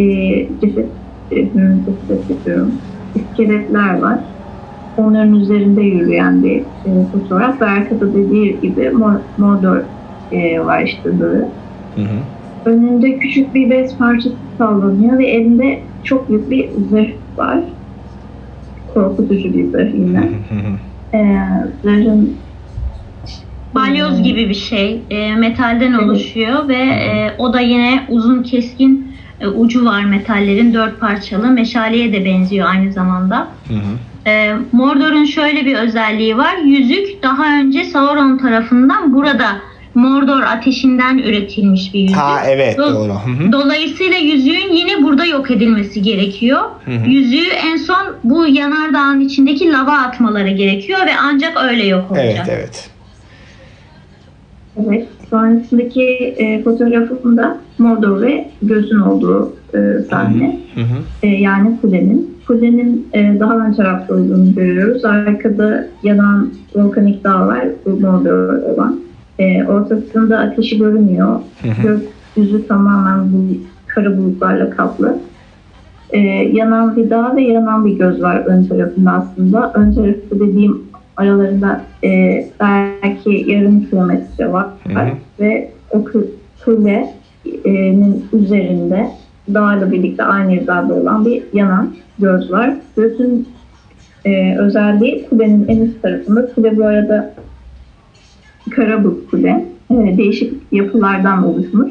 iskeletler var. Onların üzerinde yürüyen bir fotoğraf ve arkada dediği gibi Mordor var işte böyle. Önünde küçük bir bez parçası sallanıyor ve elinde çok büyük bir zırh var. Korkutucu bir zırh yine. Zırhın balyoz gibi bir şey. Metalden oluşuyor ve o da yine uzun keskin ucu var metallerin, 4 parçalı. Meşaleye de benziyor aynı zamanda. Mordor'un şöyle bir özelliği var. Yüzük daha önce Sauron tarafından burada Mordor ateşinden üretilmiş bir yüzük. Evet doğru. Dolayısıyla yüzüğün yine burada yok edilmesi gerekiyor. Yüzüğü en son bu yanardağın içindeki lava atmaları gerekiyor ve ancak öyle yok olacak. Evet. Evet. Sonrasındaki fotoğrafında Mordor ve gözün olduğu sahne. Yani kulenin. Kulenin daha ön tarafta olduğunu görüyoruz. Arkada yanan volkanik dağ var. Bu Mordor olan. Ortasında ateşi görünüyor. Gökyüzü tamamen bu kara bulutlarla kaplı. Yanan bir dağ ve yanan bir göz var ön tarafında aslında. Ön tarafı dediğim Aralarında belki yarım kilometre var. Ve o kulenin üzerinde dağla birlikte aynı hizada olan bir yanan göz var. Gözün özelliği kulenin en üst tarafında. Kule bu arada kara buz kule. Değişik yapılardan oluşmuş.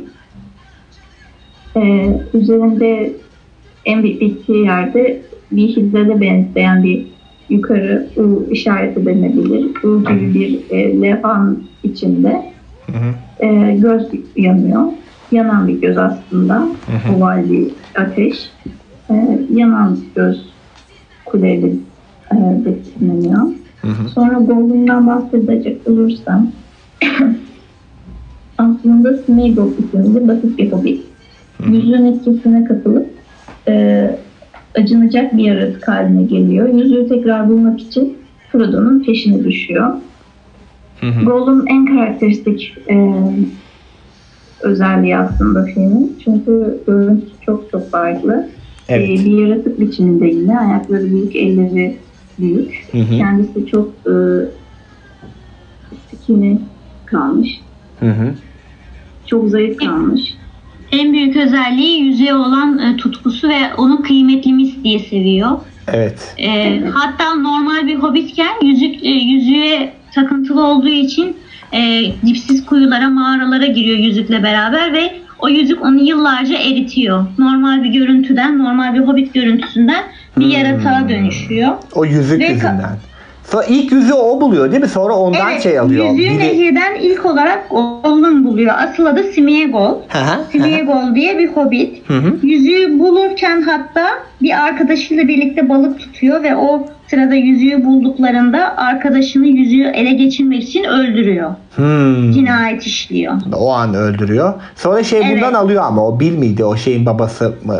Üzerinde en bittiği yerde bir hillere benzeyen bir yukarı U işaret edilebilir. U gibi bir levhanın içinde göz yanıyor. Yanan bir göz aslında. Oval bir ateş. Yanan göz kuleyle betimleniyor. Sonra Gollum'dan bahsedecek olursam aslında Smeagol isimli basit bir hobbit. Yüzüğün etkisine kapılıp acınacak bir yaratık haline geliyor. Yüzüğü tekrar bulmak için Frodo'nun peşine düşüyor. Gollum en karakteristik özelliği aslında filmin. Çünkü görüntüsü çok çok farklı. Evet. Bir yaratık biçiminde yine. Ayakları büyük, elleri büyük. Kendisi çok skinny kalmış. Çok zayıf kalmış. En büyük özelliği yüzüğe olan tutkusu ve onu kıymetlimiz diye seviyor. Evet. Hatta normal bir hobbitken yüzüğe takıntılı olduğu için dipsiz kuyulara, mağaralara giriyor yüzükle beraber ve o yüzük onu yıllarca eritiyor. Normal bir görüntüden, normal bir hobbit görüntüsünden bir yaratığa dönüşüyor. O yüzük yüzünden. Sonra ilk yüzüğü o buluyor değil mi? Sonra ondan şey alıyor. Yüzüğü nehirden ilk olarak Gollum buluyor. Asıl adı Smeagol. Smeagol diye bir hobbit. Yüzüğü bulurken hatta bir arkadaşıyla birlikte balık tutuyor ve o sırada yüzüğü bulduklarında arkadaşını yüzüğü ele geçirmek için öldürüyor. Cinayet işliyor. O an öldürüyor. Sonra bundan alıyor ama o Bil miydi? O şeyin babası mı?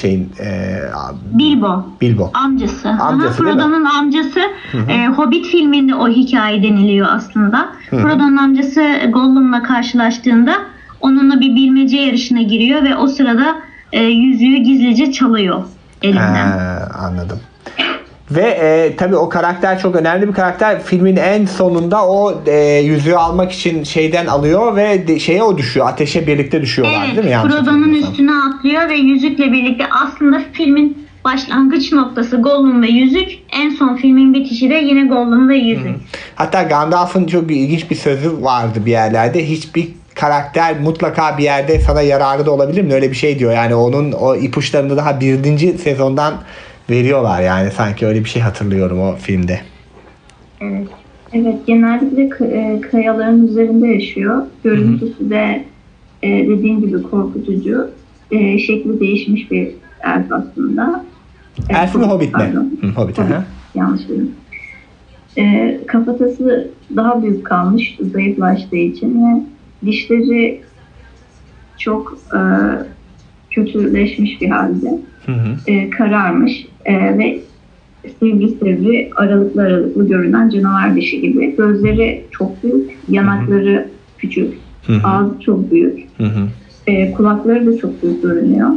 Bilbo. Amcası. Frodo'nun amcası. Hobbit filminde o hikaye deniliyor aslında. Frodo'nun amcası Gollum'la karşılaştığında onunla bir bilmece yarışına giriyor ve o sırada yüzüğü gizlice çalıyor elinden. Anladım. Ve tabii o karakter çok önemli bir karakter. Filmin en sonunda o yüzüğü almak için şeyden alıyor ve o düşüyor. Ateşe birlikte düşüyorlar değil mi? Frodo'nun üstüne atlıyor ve yüzükle birlikte aslında filmin başlangıç noktası Gollum ve yüzük. En son filmin bitişi de yine Gollum ve yüzük. Hatta Gandalf'ın çok ilginç bir sözü vardı bir yerlerde. Hiçbir karakter mutlaka bir yerde sana yararı da olabilir mi? Öyle bir şey diyor. Yani onun o ipuçlarını daha 1. sezondan veriyorlar yani. Sanki öyle bir şey hatırlıyorum o filmde. Evet, genellikle kayaların üzerinde yaşıyor. Görüntüsü de dediğim gibi korkutucu. Şekli değişmiş bir elf aslında. Elf mi Hobbit mi? Hobbit. Yanlış dedim. Kafatası daha büyük kalmış zayıflaştığı için ve dişleri çok kötüleşmiş bir halde. Kararmış ve sivri aralıklı görünen canavar dişi gibi. Gözleri çok büyük, yanakları küçük, ağzı çok büyük, kulakları da çok büyük görünüyor.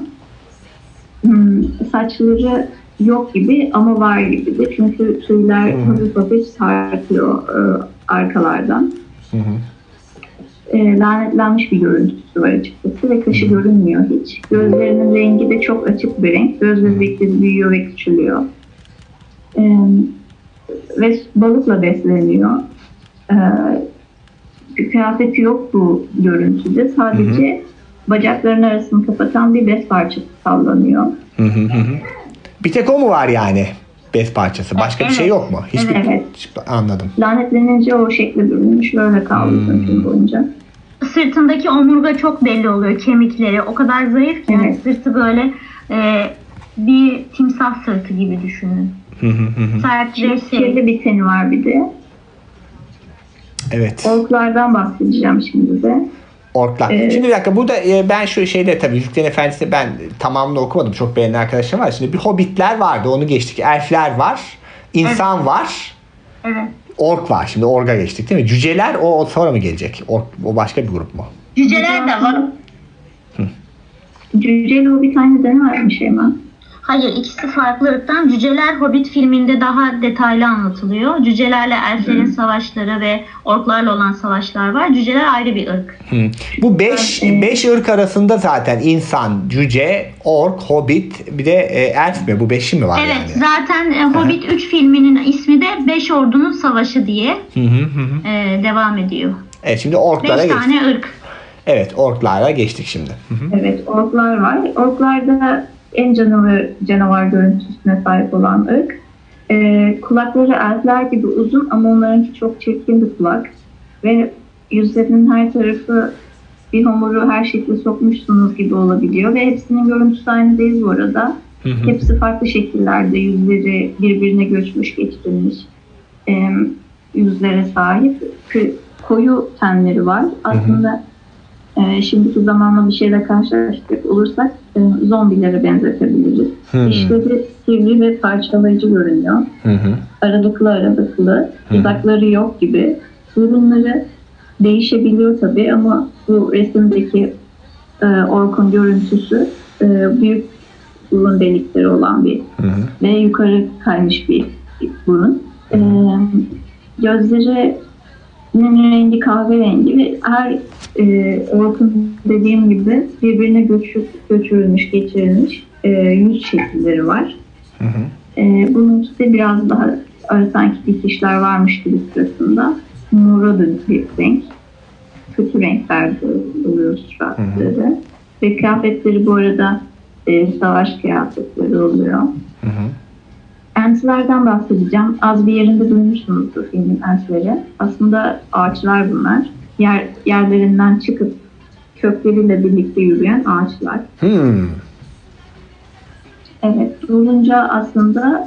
Saçları yok gibi ama var gibi de çünkü tüyler hafif sarkıyor arkalardan. Lanetlenmiş bir görüntüsü var açıkçası ve kaşı görünmüyor hiç. Gözlerinin rengi de çok açık bir renk. Göz bebekleri büyüyor ve küçülüyor. Ve balıkla besleniyor. Kıyafeti yok bu görüntüde. Sadece bacaklarının arasını kapatan bir bez parçası sallanıyor. Bir tek o mu var yani? Bez parçası. Başka bir şey yok mu? Evet. Anladım. Lanetlenince o şekle bürünmüş. Böyle kaldı film boyunca. Sırtındaki omurga çok belli oluyor. Kemikleri o kadar zayıf ki sırtı böyle bir timsah sırtı gibi düşünün. Sadece kirli bir teni var bir de. Evet. Orklardan bahsedeceğim şimdi de. Orklar. Şimdi bir dakika burada ben şu şeyde tabii Yüzüklerin Efendisi'ni ben tamamını okumadım. Çok beğenen arkadaşlarım var. Şimdi bir hobbitler vardı. Onu geçtik. Elfler var. İnsan var. Evet. Ork var. Şimdi orga geçtik değil mi? Cüceler o sonra mı gelecek? O başka bir grup mu? Cüceler de var. Cüceyle hobbit aynı dönem varmış Şeyma. Hayır, ikisi farklı ırktan. Cüceler Hobbit filminde daha detaylı anlatılıyor. Cücelerle elflerin savaşları ve orklarla olan savaşlar var. Cüceler ayrı bir ırk. Bu 5 ırk arasında zaten insan, cüce, ork, hobbit, bir de elf mi? Bu 5'i mi var Evet, yani? zaten Hobbit 3 filminin ismi de 5 Ordunun Savaşı diye devam ediyor. Evet, şimdi orklara 5 geçtik. tane ırk. Evet, orklara geçtik şimdi. Evet, orklar var. Orklar da en canavar görüntüsüne sahip olan ırk. Kulakları elfler gibi uzun ama onlarınki çok çirkin bir kulak. Ve yüzlerinin her tarafı bir hamuru her şekilde sokmuşsunuz gibi olabiliyor. Ve hepsinin görüntüsü aynı değil bu arada. Hepsi farklı şekillerde, yüzleri birbirine göçmüş, geçirilmiş yüzlere sahip. Koyu tenleri var. Aslında şimdiki zamanla bir şeyle karşılaştıracak olursak zombilere benzetebiliriz. Dişleri sivri ve parçalayıcı görünüyor. Aralıklı. Dudakları yok gibi. Burunları değişebiliyor tabii ama bu resimdeki orkun görüntüsü büyük burun delikleri olan bir ve yukarı kaymış bir burun. Gözlerinin rengi kahverengi ve her orkun dediğim gibi birbirine göçürülmüş, geçirilmiş yüz şekilleri var. Bunun işte biraz daha sanki dikişler varmış gibi sırasında mora dönük bir renk. Kötü renklerde oluyor suratları. Ve kıyafetleri bu arada savaş kıyafetleri oluyor. Entlerden bahsedeceğim. Az bir yerinde duymuşsunuzdur filmin entleri. Aslında ağaçlar bunlar. Yerlerinden çıkıp kökleriyle birlikte yürüyen ağaçlar. Evet, durunca aslında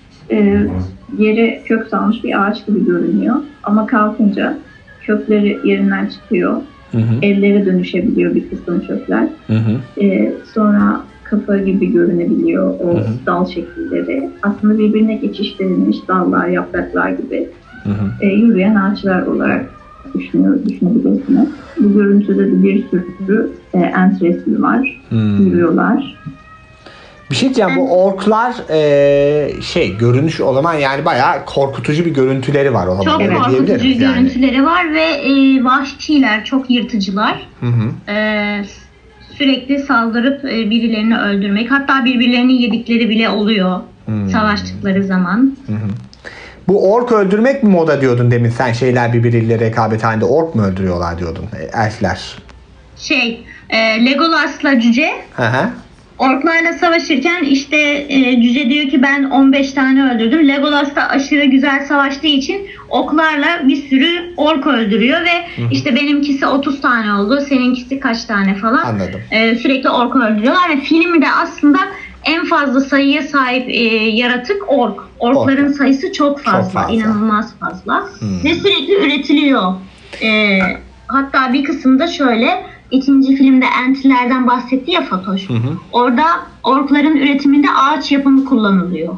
yere kök salmış bir ağaç gibi görünüyor. Ama kalkınca kökleri yerinden çıkıyor. Ellere dönüşebiliyor bir kısım kökler. Sonra kafa gibi görünebiliyor o dal şekilleri. Aslında birbirine geçiştirilmiş dallar, yapraklar gibi yürüyen ağaçlar olarak düşünebilirsiniz. Bu görüntüde de bir sürü ent resmi var. Yürüyorlar. Bir şey diyeceğim, bu orklar görünüş o zaman yani bayağı korkutucu bir görüntüleri var o zaman. Çok korkutucu görüntüleri var ve vahşiler, çok yırtıcılar. Sürekli saldırıp birilerini öldürmek, hatta birbirlerini yedikleri bile oluyor savaştıkları zaman. Bu ork öldürmek mi moda diyordun demin sen, şeyler birbiriyle rekabet halinde ork mu öldürüyorlar diyordun, elfler? Legolas'la cüce orklarla savaşırken işte cüce diyor ki ben 15 tane öldürdüm. Legolas da aşırı güzel savaştığı için oklarla bir sürü ork öldürüyor ve işte benimkisi 30 tane oldu, seninkisi kaç tane falan. Anladım. Sürekli ork öldürüyorlar ve filmde aslında en fazla sayıya sahip yaratık ork. Orkların sayısı çok fazla, inanılmaz fazla. Ve sürekli üretiliyor. Hatta bir kısımda şöyle, ikinci filmde entlerden bahsetti ya Fatoş. Orada orkların üretiminde ağaç yapımı kullanılıyor.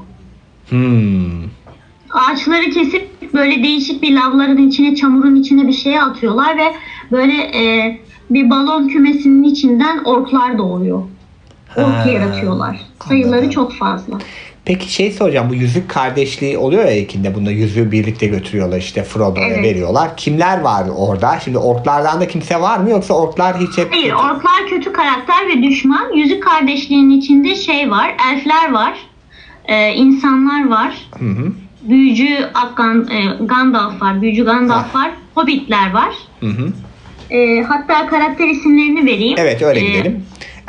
Ağaçları kesip böyle değişik bir lavların içine, çamurun içine bir şeye atıyorlar ve böyle bir balon kümesinin içinden orklar doğuyor. Ork yaratıyorlar. Sayıları çok fazla. Peki soracağım, bu yüzük kardeşliği oluyor ya ilkinde, bunda yüzüğü birlikte götürüyorlar işte Frodo'ya veriyorlar. Kimler var orada? Şimdi orklardan da kimse var mı yoksa orklar hiç hep... Hayır, orklar kötü karakter ve düşman. Yüzük kardeşliğinin içinde var, elfler var, insanlar var, büyücü Gandalf var, büyücü Gandalf var, hobbitler var. Hatta karakter isimlerini vereyim. Evet, öyle gidelim.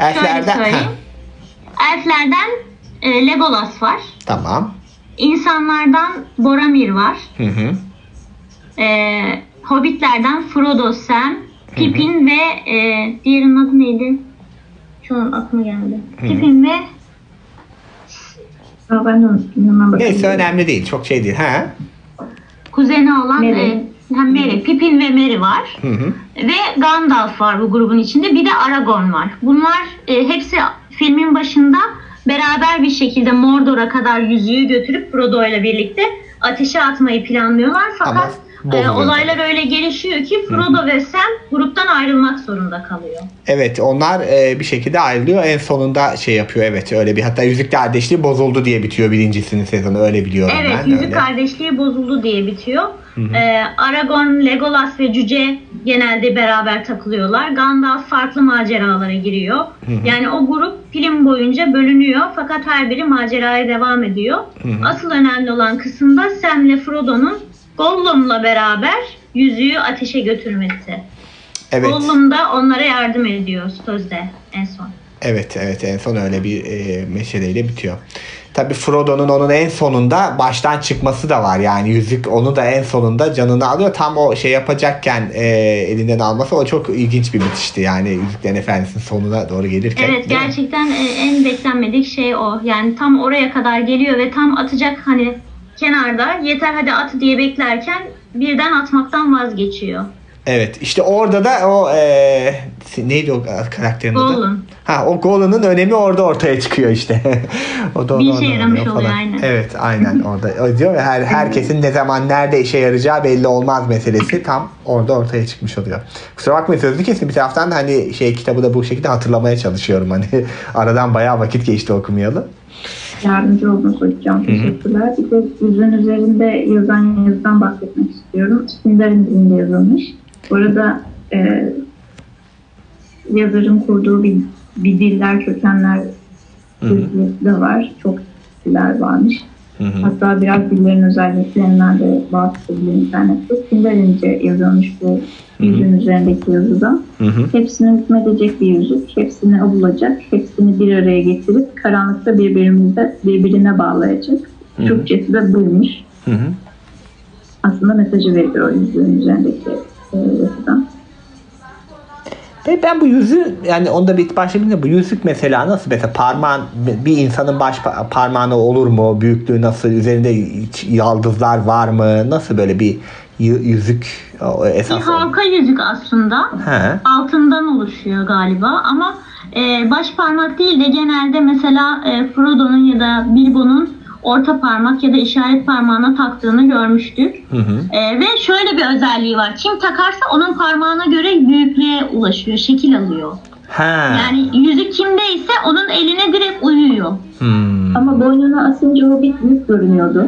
Elflerden Legolas var. Tamam. İnsanlardan Boromir var. Hobbitlerden Frodo, Sam, Pippin ve diğerinin adı neydi? Şu an aklıma geldi. Pippin ve neyse, önemli değil. Çok değil. Kuzeni olan Merry. Pippin ve Merry var. Ve Gandalf var bu grubun içinde. Bir de Aragorn var. Bunlar hepsi filmin başında beraber bir şekilde Mordor'a kadar yüzüğü götürüp Frodo ile birlikte ateşe atmayı planlıyorlar. Fakat Bozuluyor. Olaylar öyle gelişiyor ki Frodo ve Sam gruptan ayrılmak zorunda kalıyor. Evet, onlar bir şekilde ayrılıyor. En sonunda şey yapıyor, evet, öyle bir, hatta Yüzük Kardeşliği bozuldu diye bitiyor birincisinin sezonu, öyle biliyorum evet, ben. Yüzük öyle. Kardeşliği bozuldu diye bitiyor. Aragorn, Legolas ve Cüce genelde beraber takılıyorlar. Gandalf farklı maceralara giriyor. Yani o grup film boyunca bölünüyor fakat her biri maceraya devam ediyor. Asıl önemli olan kısımda Sam ile Frodo'nun Gollum'la beraber yüzüğü ateşe götürmesi. Evet. Gollum da onlara yardım ediyor sözde en son. Evet, en son öyle bir meşaleyle bitiyor. Tabii Frodo'nun onun en sonunda baştan çıkması da var. Yani yüzük onu da en sonunda canını alıyor. Tam o şey yapacakken elinden alması, o çok ilginç bir bitişti. Yani Yüzüklerin Efendisi'nin sonuna doğru gelirken. Evet, gerçekten en beklenmedik şey o. Yani tam oraya kadar geliyor ve tam atacak, hani kenarda yeter hadi at diye beklerken birden atmaktan vazgeçiyor. Evet, işte orada da o neydi o karakterin adı? Gollum. O Gollum'un önemi orada ortaya çıkıyor işte. O da Bir işe yaramış oluyor, aynen. Evet, aynen orada. O diyor ya, herkesin ne zaman nerede işe yarayacağı belli olmaz meselesi tam orada ortaya çıkmış oluyor. Kusura bakmayın, sözlü kesin, bir taraftan da hani kitabı da bu şekilde hatırlamaya çalışıyorum. Hani aradan bayağı vakit geçti okumayalı. Yardımcı oldunuz hocam. Teşekkürler. Bir de yüzün üzerinde yazan yazıdan bahsetmek istiyorum. Sindarin dilinde yazılmış. Bu arada yazarın kurduğu bir diller, kökenler de var. Çok diller varmış. Hatta biraz dillerin özelliklerinden de bahsediliyor internette. Sindarince yazılmış bu yüzün üzerindeki yazıda. Hepsini hükmedecek bir yüzük. Hepsini bulacak. Hepsini bir araya getirip karanlıkta birbirine bağlayacak. Türkçesi de buymuş. Aslında mesajı veriyor yüzüğün üzerindeki yazıdan. Ben bu yüzü, yani onda bir başlayayım, bu yüzük mesela nasıl, mesela parmağın, bir insanın baş parmağına olur mu, büyüklüğü nasıl, üzerinde yaldızlar var mı, nasıl böyle bir yüzük esas? Bir halka yüzük aslında. Altından oluşuyor galiba ama baş parmak değil de genelde mesela Frodo'nun ya da Bilbo'nun orta parmak ya da işaret parmağına taktığını görmüştük. Ve şöyle bir özelliği var. Kim takarsa onun parmağına göre büyüklüğe ulaşıyor, şekil alıyor. Yani yüzük kimdeyse onun eline direkt uyuyor. Ama boynuna asınca o büyük görünüyordu.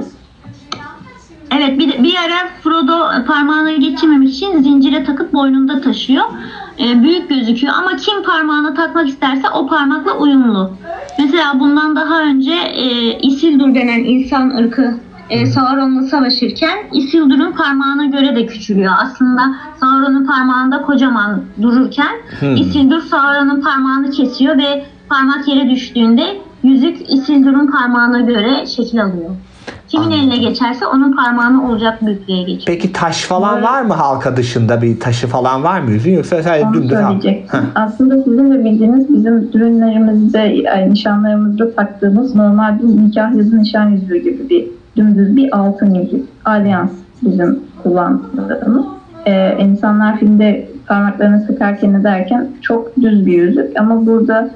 Evet, bir ara Frodo parmağına geçirmemek için zincire takıp boynunda taşıyor. Büyük gözüküyor ama kim parmağına takmak isterse o parmakla uyumlu. Mesela bundan daha önce Isildur denen insan ırkı Sauron'la savaşırken Isildur'un parmağına göre de küçülüyor. Aslında Sauron'un parmağında kocaman dururken Isildur Sauron'un parmağını kesiyor ve parmak yere düştüğünde yüzük Isildur'un parmağına göre şekil alıyor. Kimin eline geçerse onun parmağına olacak büyüklüğe geçiyor. Peki taş falan var mı halka dışında, bir taşı falan var mı yüzüğün, yoksa sadece dümdüz halka? Aslında sizin de bildiğiniz bizim düğünlerimizde, nişanlarımızda taktığımız normal bir nikah yazı nişan yüzüğü gibi bir dümdüz bir altın yüzük. Alyans bizim kullandığımız. İnsanlar filmde parmaklarını sıkarken ederken çok düz bir yüzük ama burada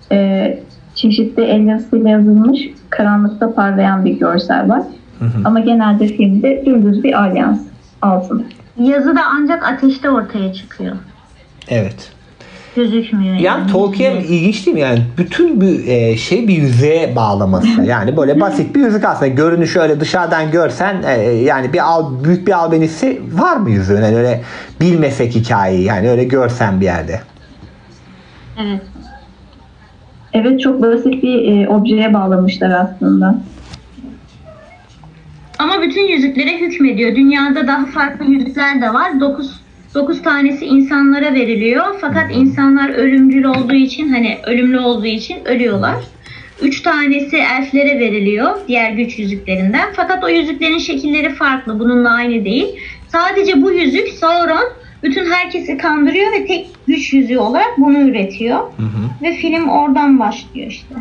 çeşitli el yazısıyla yazılmış, karanlıkta parlayan bir görsel var. Ama genelde filmde dümdüz bir alyans altın. Yazı da ancak ateşte ortaya çıkıyor. Evet. Gözükmüyor. Yani Tolkien ilginç değil mi? Yani bütün bir bir yüzeye bağlaması. Yani böyle basit bir yüzük aslında. Görünüşü öyle dışarıdan görsen yani büyük bir albenisi var mı yüzüğün? Yani öyle bilmesek hikayeyi, yani öyle görsen bir yerde. Evet. Evet, çok basit bir objeye bağlamışlar aslında. Ama bütün yüzüklere hükmediyor. Dünyada daha farklı yüzükler de var. 9 tanesi insanlara veriliyor. Fakat insanlar ölümcül olduğu için, hani ölümlü olduğu için ölüyorlar. 3 tanesi elflere veriliyor, diğer güç yüzüklerinden. Fakat o yüzüklerin şekilleri farklı. Bununla aynı değil. Sadece bu yüzük Sauron bütün herkesi kandırıyor ve tek güç yüzüğü olarak bunu üretiyor. Ve film oradan başlıyor işte.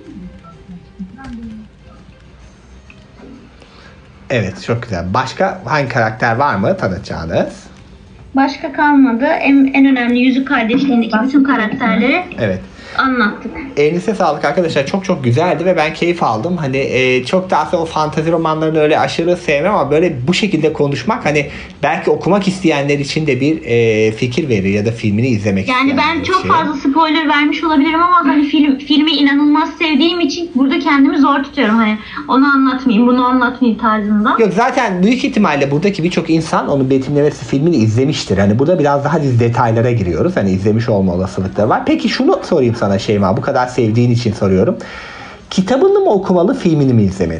Evet, çok güzel. Başka hangi karakter var mı Başka kalmadı. En önemli Yüzük Kardeşliği'ndeki bütün karakterleri anlattık. Elinize sağlık arkadaşlar. Çok çok güzeldi ve ben keyif aldım. Hani çok daha sonra o fantezi romanlarını öyle aşırı sevmem ama böyle bu şekilde konuşmak hani belki okumak isteyenler için de bir fikir verir ya da filmini izlemek Yani ben çok fazla spoiler vermiş olabilirim ama hani filmi inanılmaz sevdiğim için burada kendimi zor tutuyorum. Hani onu anlatmayayım, bunu anlatmayayım tarzında. Yok zaten büyük ihtimalle buradaki birçok insan onun betimlemesi filmini izlemiştir. Hani burada biraz daha detaylara giriyoruz. Hani izlemiş olma olasılıkları var. Peki şunu sorayım sana Şeyma. Bu kadar sevdiğin için soruyorum. Kitabını mı okumalı, filmini mi izlemeli?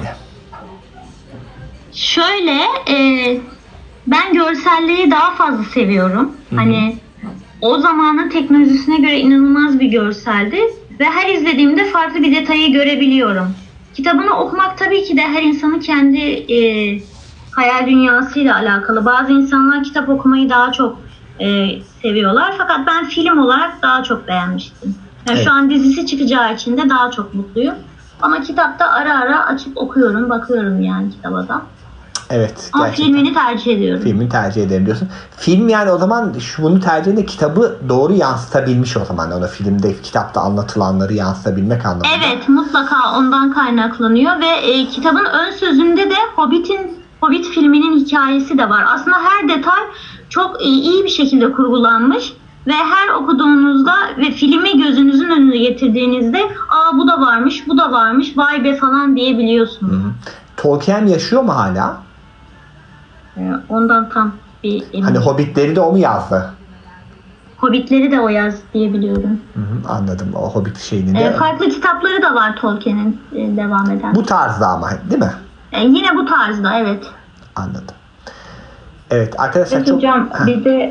Şöyle ben görselleri daha fazla seviyorum. Hı-hı. Hani o zamanın teknolojisine göre inanılmaz bir görseldi. Ve her izlediğimde farklı bir detayı görebiliyorum. Kitabını okumak tabii ki de her insanın kendi hayal dünyasıyla alakalı. Bazı insanlar kitap okumayı daha çok seviyorlar. Fakat ben film olarak daha çok beğenmiştim. Yani evet. Şu an dizisi çıkacağı için de daha çok mutluyum. Ama kitapta ara ara açıp okuyorum, bakıyorum yani kitaba da. Evet. Ama filmini tercih ediyorum. Filmini tercih ederim diyorsun. Film yani o zaman bunu tercih edince kitabı doğru yansıtabilmiş o zaman. Ona filmde, kitapta anlatılanları yansıtabilmek anlamında. Evet, mutlaka ondan kaynaklanıyor ve kitabın ön sözünde de Hobbit filminin hikayesi de var. Aslında her detay çok iyi bir şekilde kurgulanmış ve her okuduğunuzda ve filmi gözünüzün önüne getirdiğinizde bu da varmış, bu da varmış, vay be falan diyebiliyorsunuz. Hı-hı. Tolkien yaşıyor mu hala? Ondan tam bir eminim. Hani Hobbitleri de o mu yazdı? Hobbitleri de o yazdı diye biliyorum. Hı-hı, anladım. O Hobbit şeyini de. Farklı kitapları da var Tolkien'in devam eden. Bu tarzda ama değil mi? Yine bu tarzda evet. Anladım. Evet arkadaşlar çok... Hocam bir de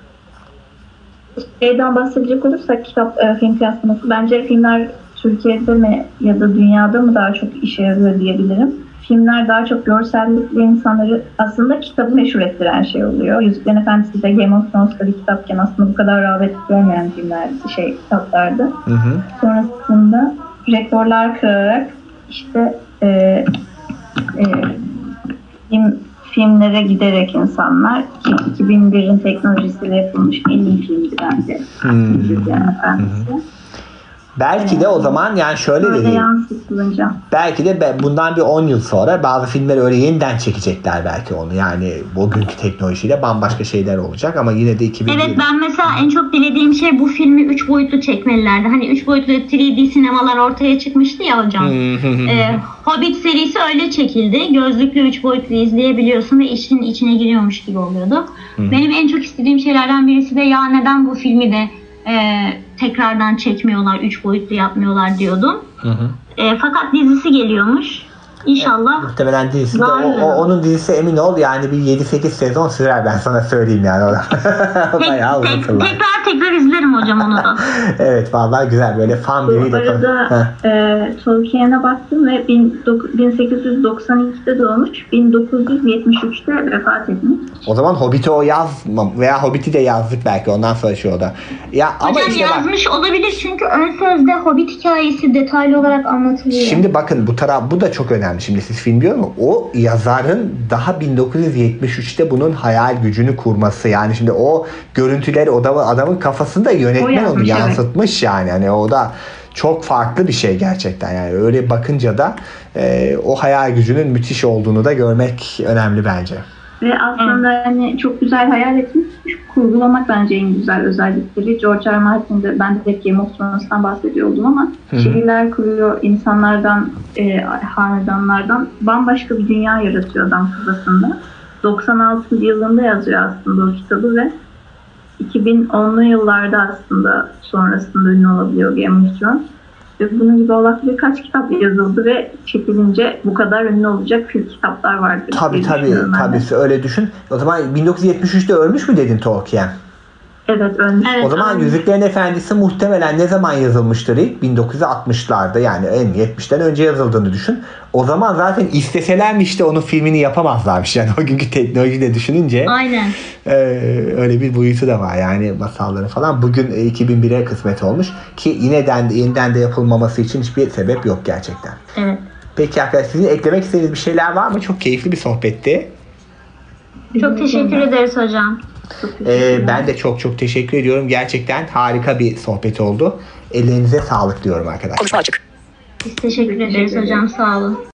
şeyden bahsedecek olursak kitap film kıyaslaması. Bence filmler Türkiye'de mi ya da dünyada mı daha çok işe yarıyor diyebilirim. Filmler daha çok görsellikle insanları aslında kitabı meşhur ettiren şey oluyor. Yüzüklerin Efendisi de Game of Thrones'ta bir kitapken aslında bu kadar rağbet görmeyen filmler, kitaplardı. Hı hı. Sonrasında rekorlar kırarak işte filmlere giderek insanlar 2001'in teknolojisiyle yapılmış en iyi filmdi bence. Yüzüklerin Efendisi. Belki de o zaman yani şöyle de belki de bundan bir 10 yıl sonra bazı filmleri öyle yeniden çekecekler belki onu. Yani bugünkü teknolojiyle bambaşka şeyler olacak ama yine de 2000. Evet ben mesela en çok dilediğim şey bu filmi 3 boyutlu çekmelilerdi. Hani 3 boyutlu 3D sinemalar ortaya çıkmıştı ya hocam. Hobbit serisi öyle çekildi. Gözlüklü 3 boyutlu izleyebiliyorsun ve işin içine giriyormuş gibi oluyordu. Benim en çok istediğim şeylerden birisi de ya neden bu filmi de tekrardan çekmiyorlar, 3 boyutlu yapmıyorlar diyordum. Fakat dizisi geliyormuş. İnşallah. Muhtemelen dizisi de onun dizisi emin ol yani bir 7-8 sezon sürer ben sana söyleyeyim yani. Bayağı uzatırlar. Tekrar izlerim hocam onu da. Evet vallahi güzel böyle fan biriyle. Bu arada Tolkien'e baktım ve 1892'de doğmuş, 1973'te vefat etmiş. O zaman Hobbit'i o yazmam veya Hobbit'i de yazdık belki ondan sonra şu o da. Ya hocam ama işte yazmış olabilir çünkü ön sözde Hobbit hikayesi detaylı olarak anlatılıyor. Şimdi bakın bu da çok önemli. Şimdi siz film biliyor musunuz? O yazarın daha 1973'te bunun hayal gücünü kurması. Yani şimdi o görüntüleri adamın kafasında yönetmen onu yansıtmış yani. Yani o da çok farklı bir şey gerçekten. Yani öyle bakınca da o hayal gücünün müthiş olduğunu da görmek önemli bence. Ve aslında hani çok güzel hayal etmiş, kurgulamak bence en güzel özellikleri. George R. Martin'de ben de Game of Thrones'tan bahsediyordum ama şehirler kuruyor, insanlardan, hanedanlardan bambaşka bir dünya yaratıyor adam kafasında. 96 yılında yazıyor aslında o kitabı ve 2010'lu yıllarda aslında sonrasında ünlü olabiliyor Game of Thrones. Ve bunun gibi Allah bilir kaç kitap yazıldı ve çekilince bu kadar ünlü olacak kitaplar vardır. Tabii öyle düşün. O zaman 1973'te ölmüş mü dedin Tolkien? Evet ölmüş. O zaman Yüzüklerin Efendisi muhtemelen ne zaman yazılmıştır ilk? 1960'larda yani en 70'ten önce yazıldığını düşün. O zaman zaten isteselermiş işte onun filmini yapamazlarmış. Yani o günkü teknolojiyle düşününce. Aynen. Öyle bir boyutu da var yani masalları falan. Bugün 2001'e kısmet olmuş ki yeniden de yapılmaması için hiçbir sebep yok gerçekten. Evet. Peki arkadaşlar sizin eklemek istediğiniz bir şeyler var mı? Çok keyifli bir sohbetti. Çok teşekkür ederiz hocam. Ben de çok teşekkür ediyorum. Gerçekten harika bir sohbet oldu. Ellerinize sağlık diyorum arkadaşlar. Biz teşekkür ederiz hocam. Sağ olun.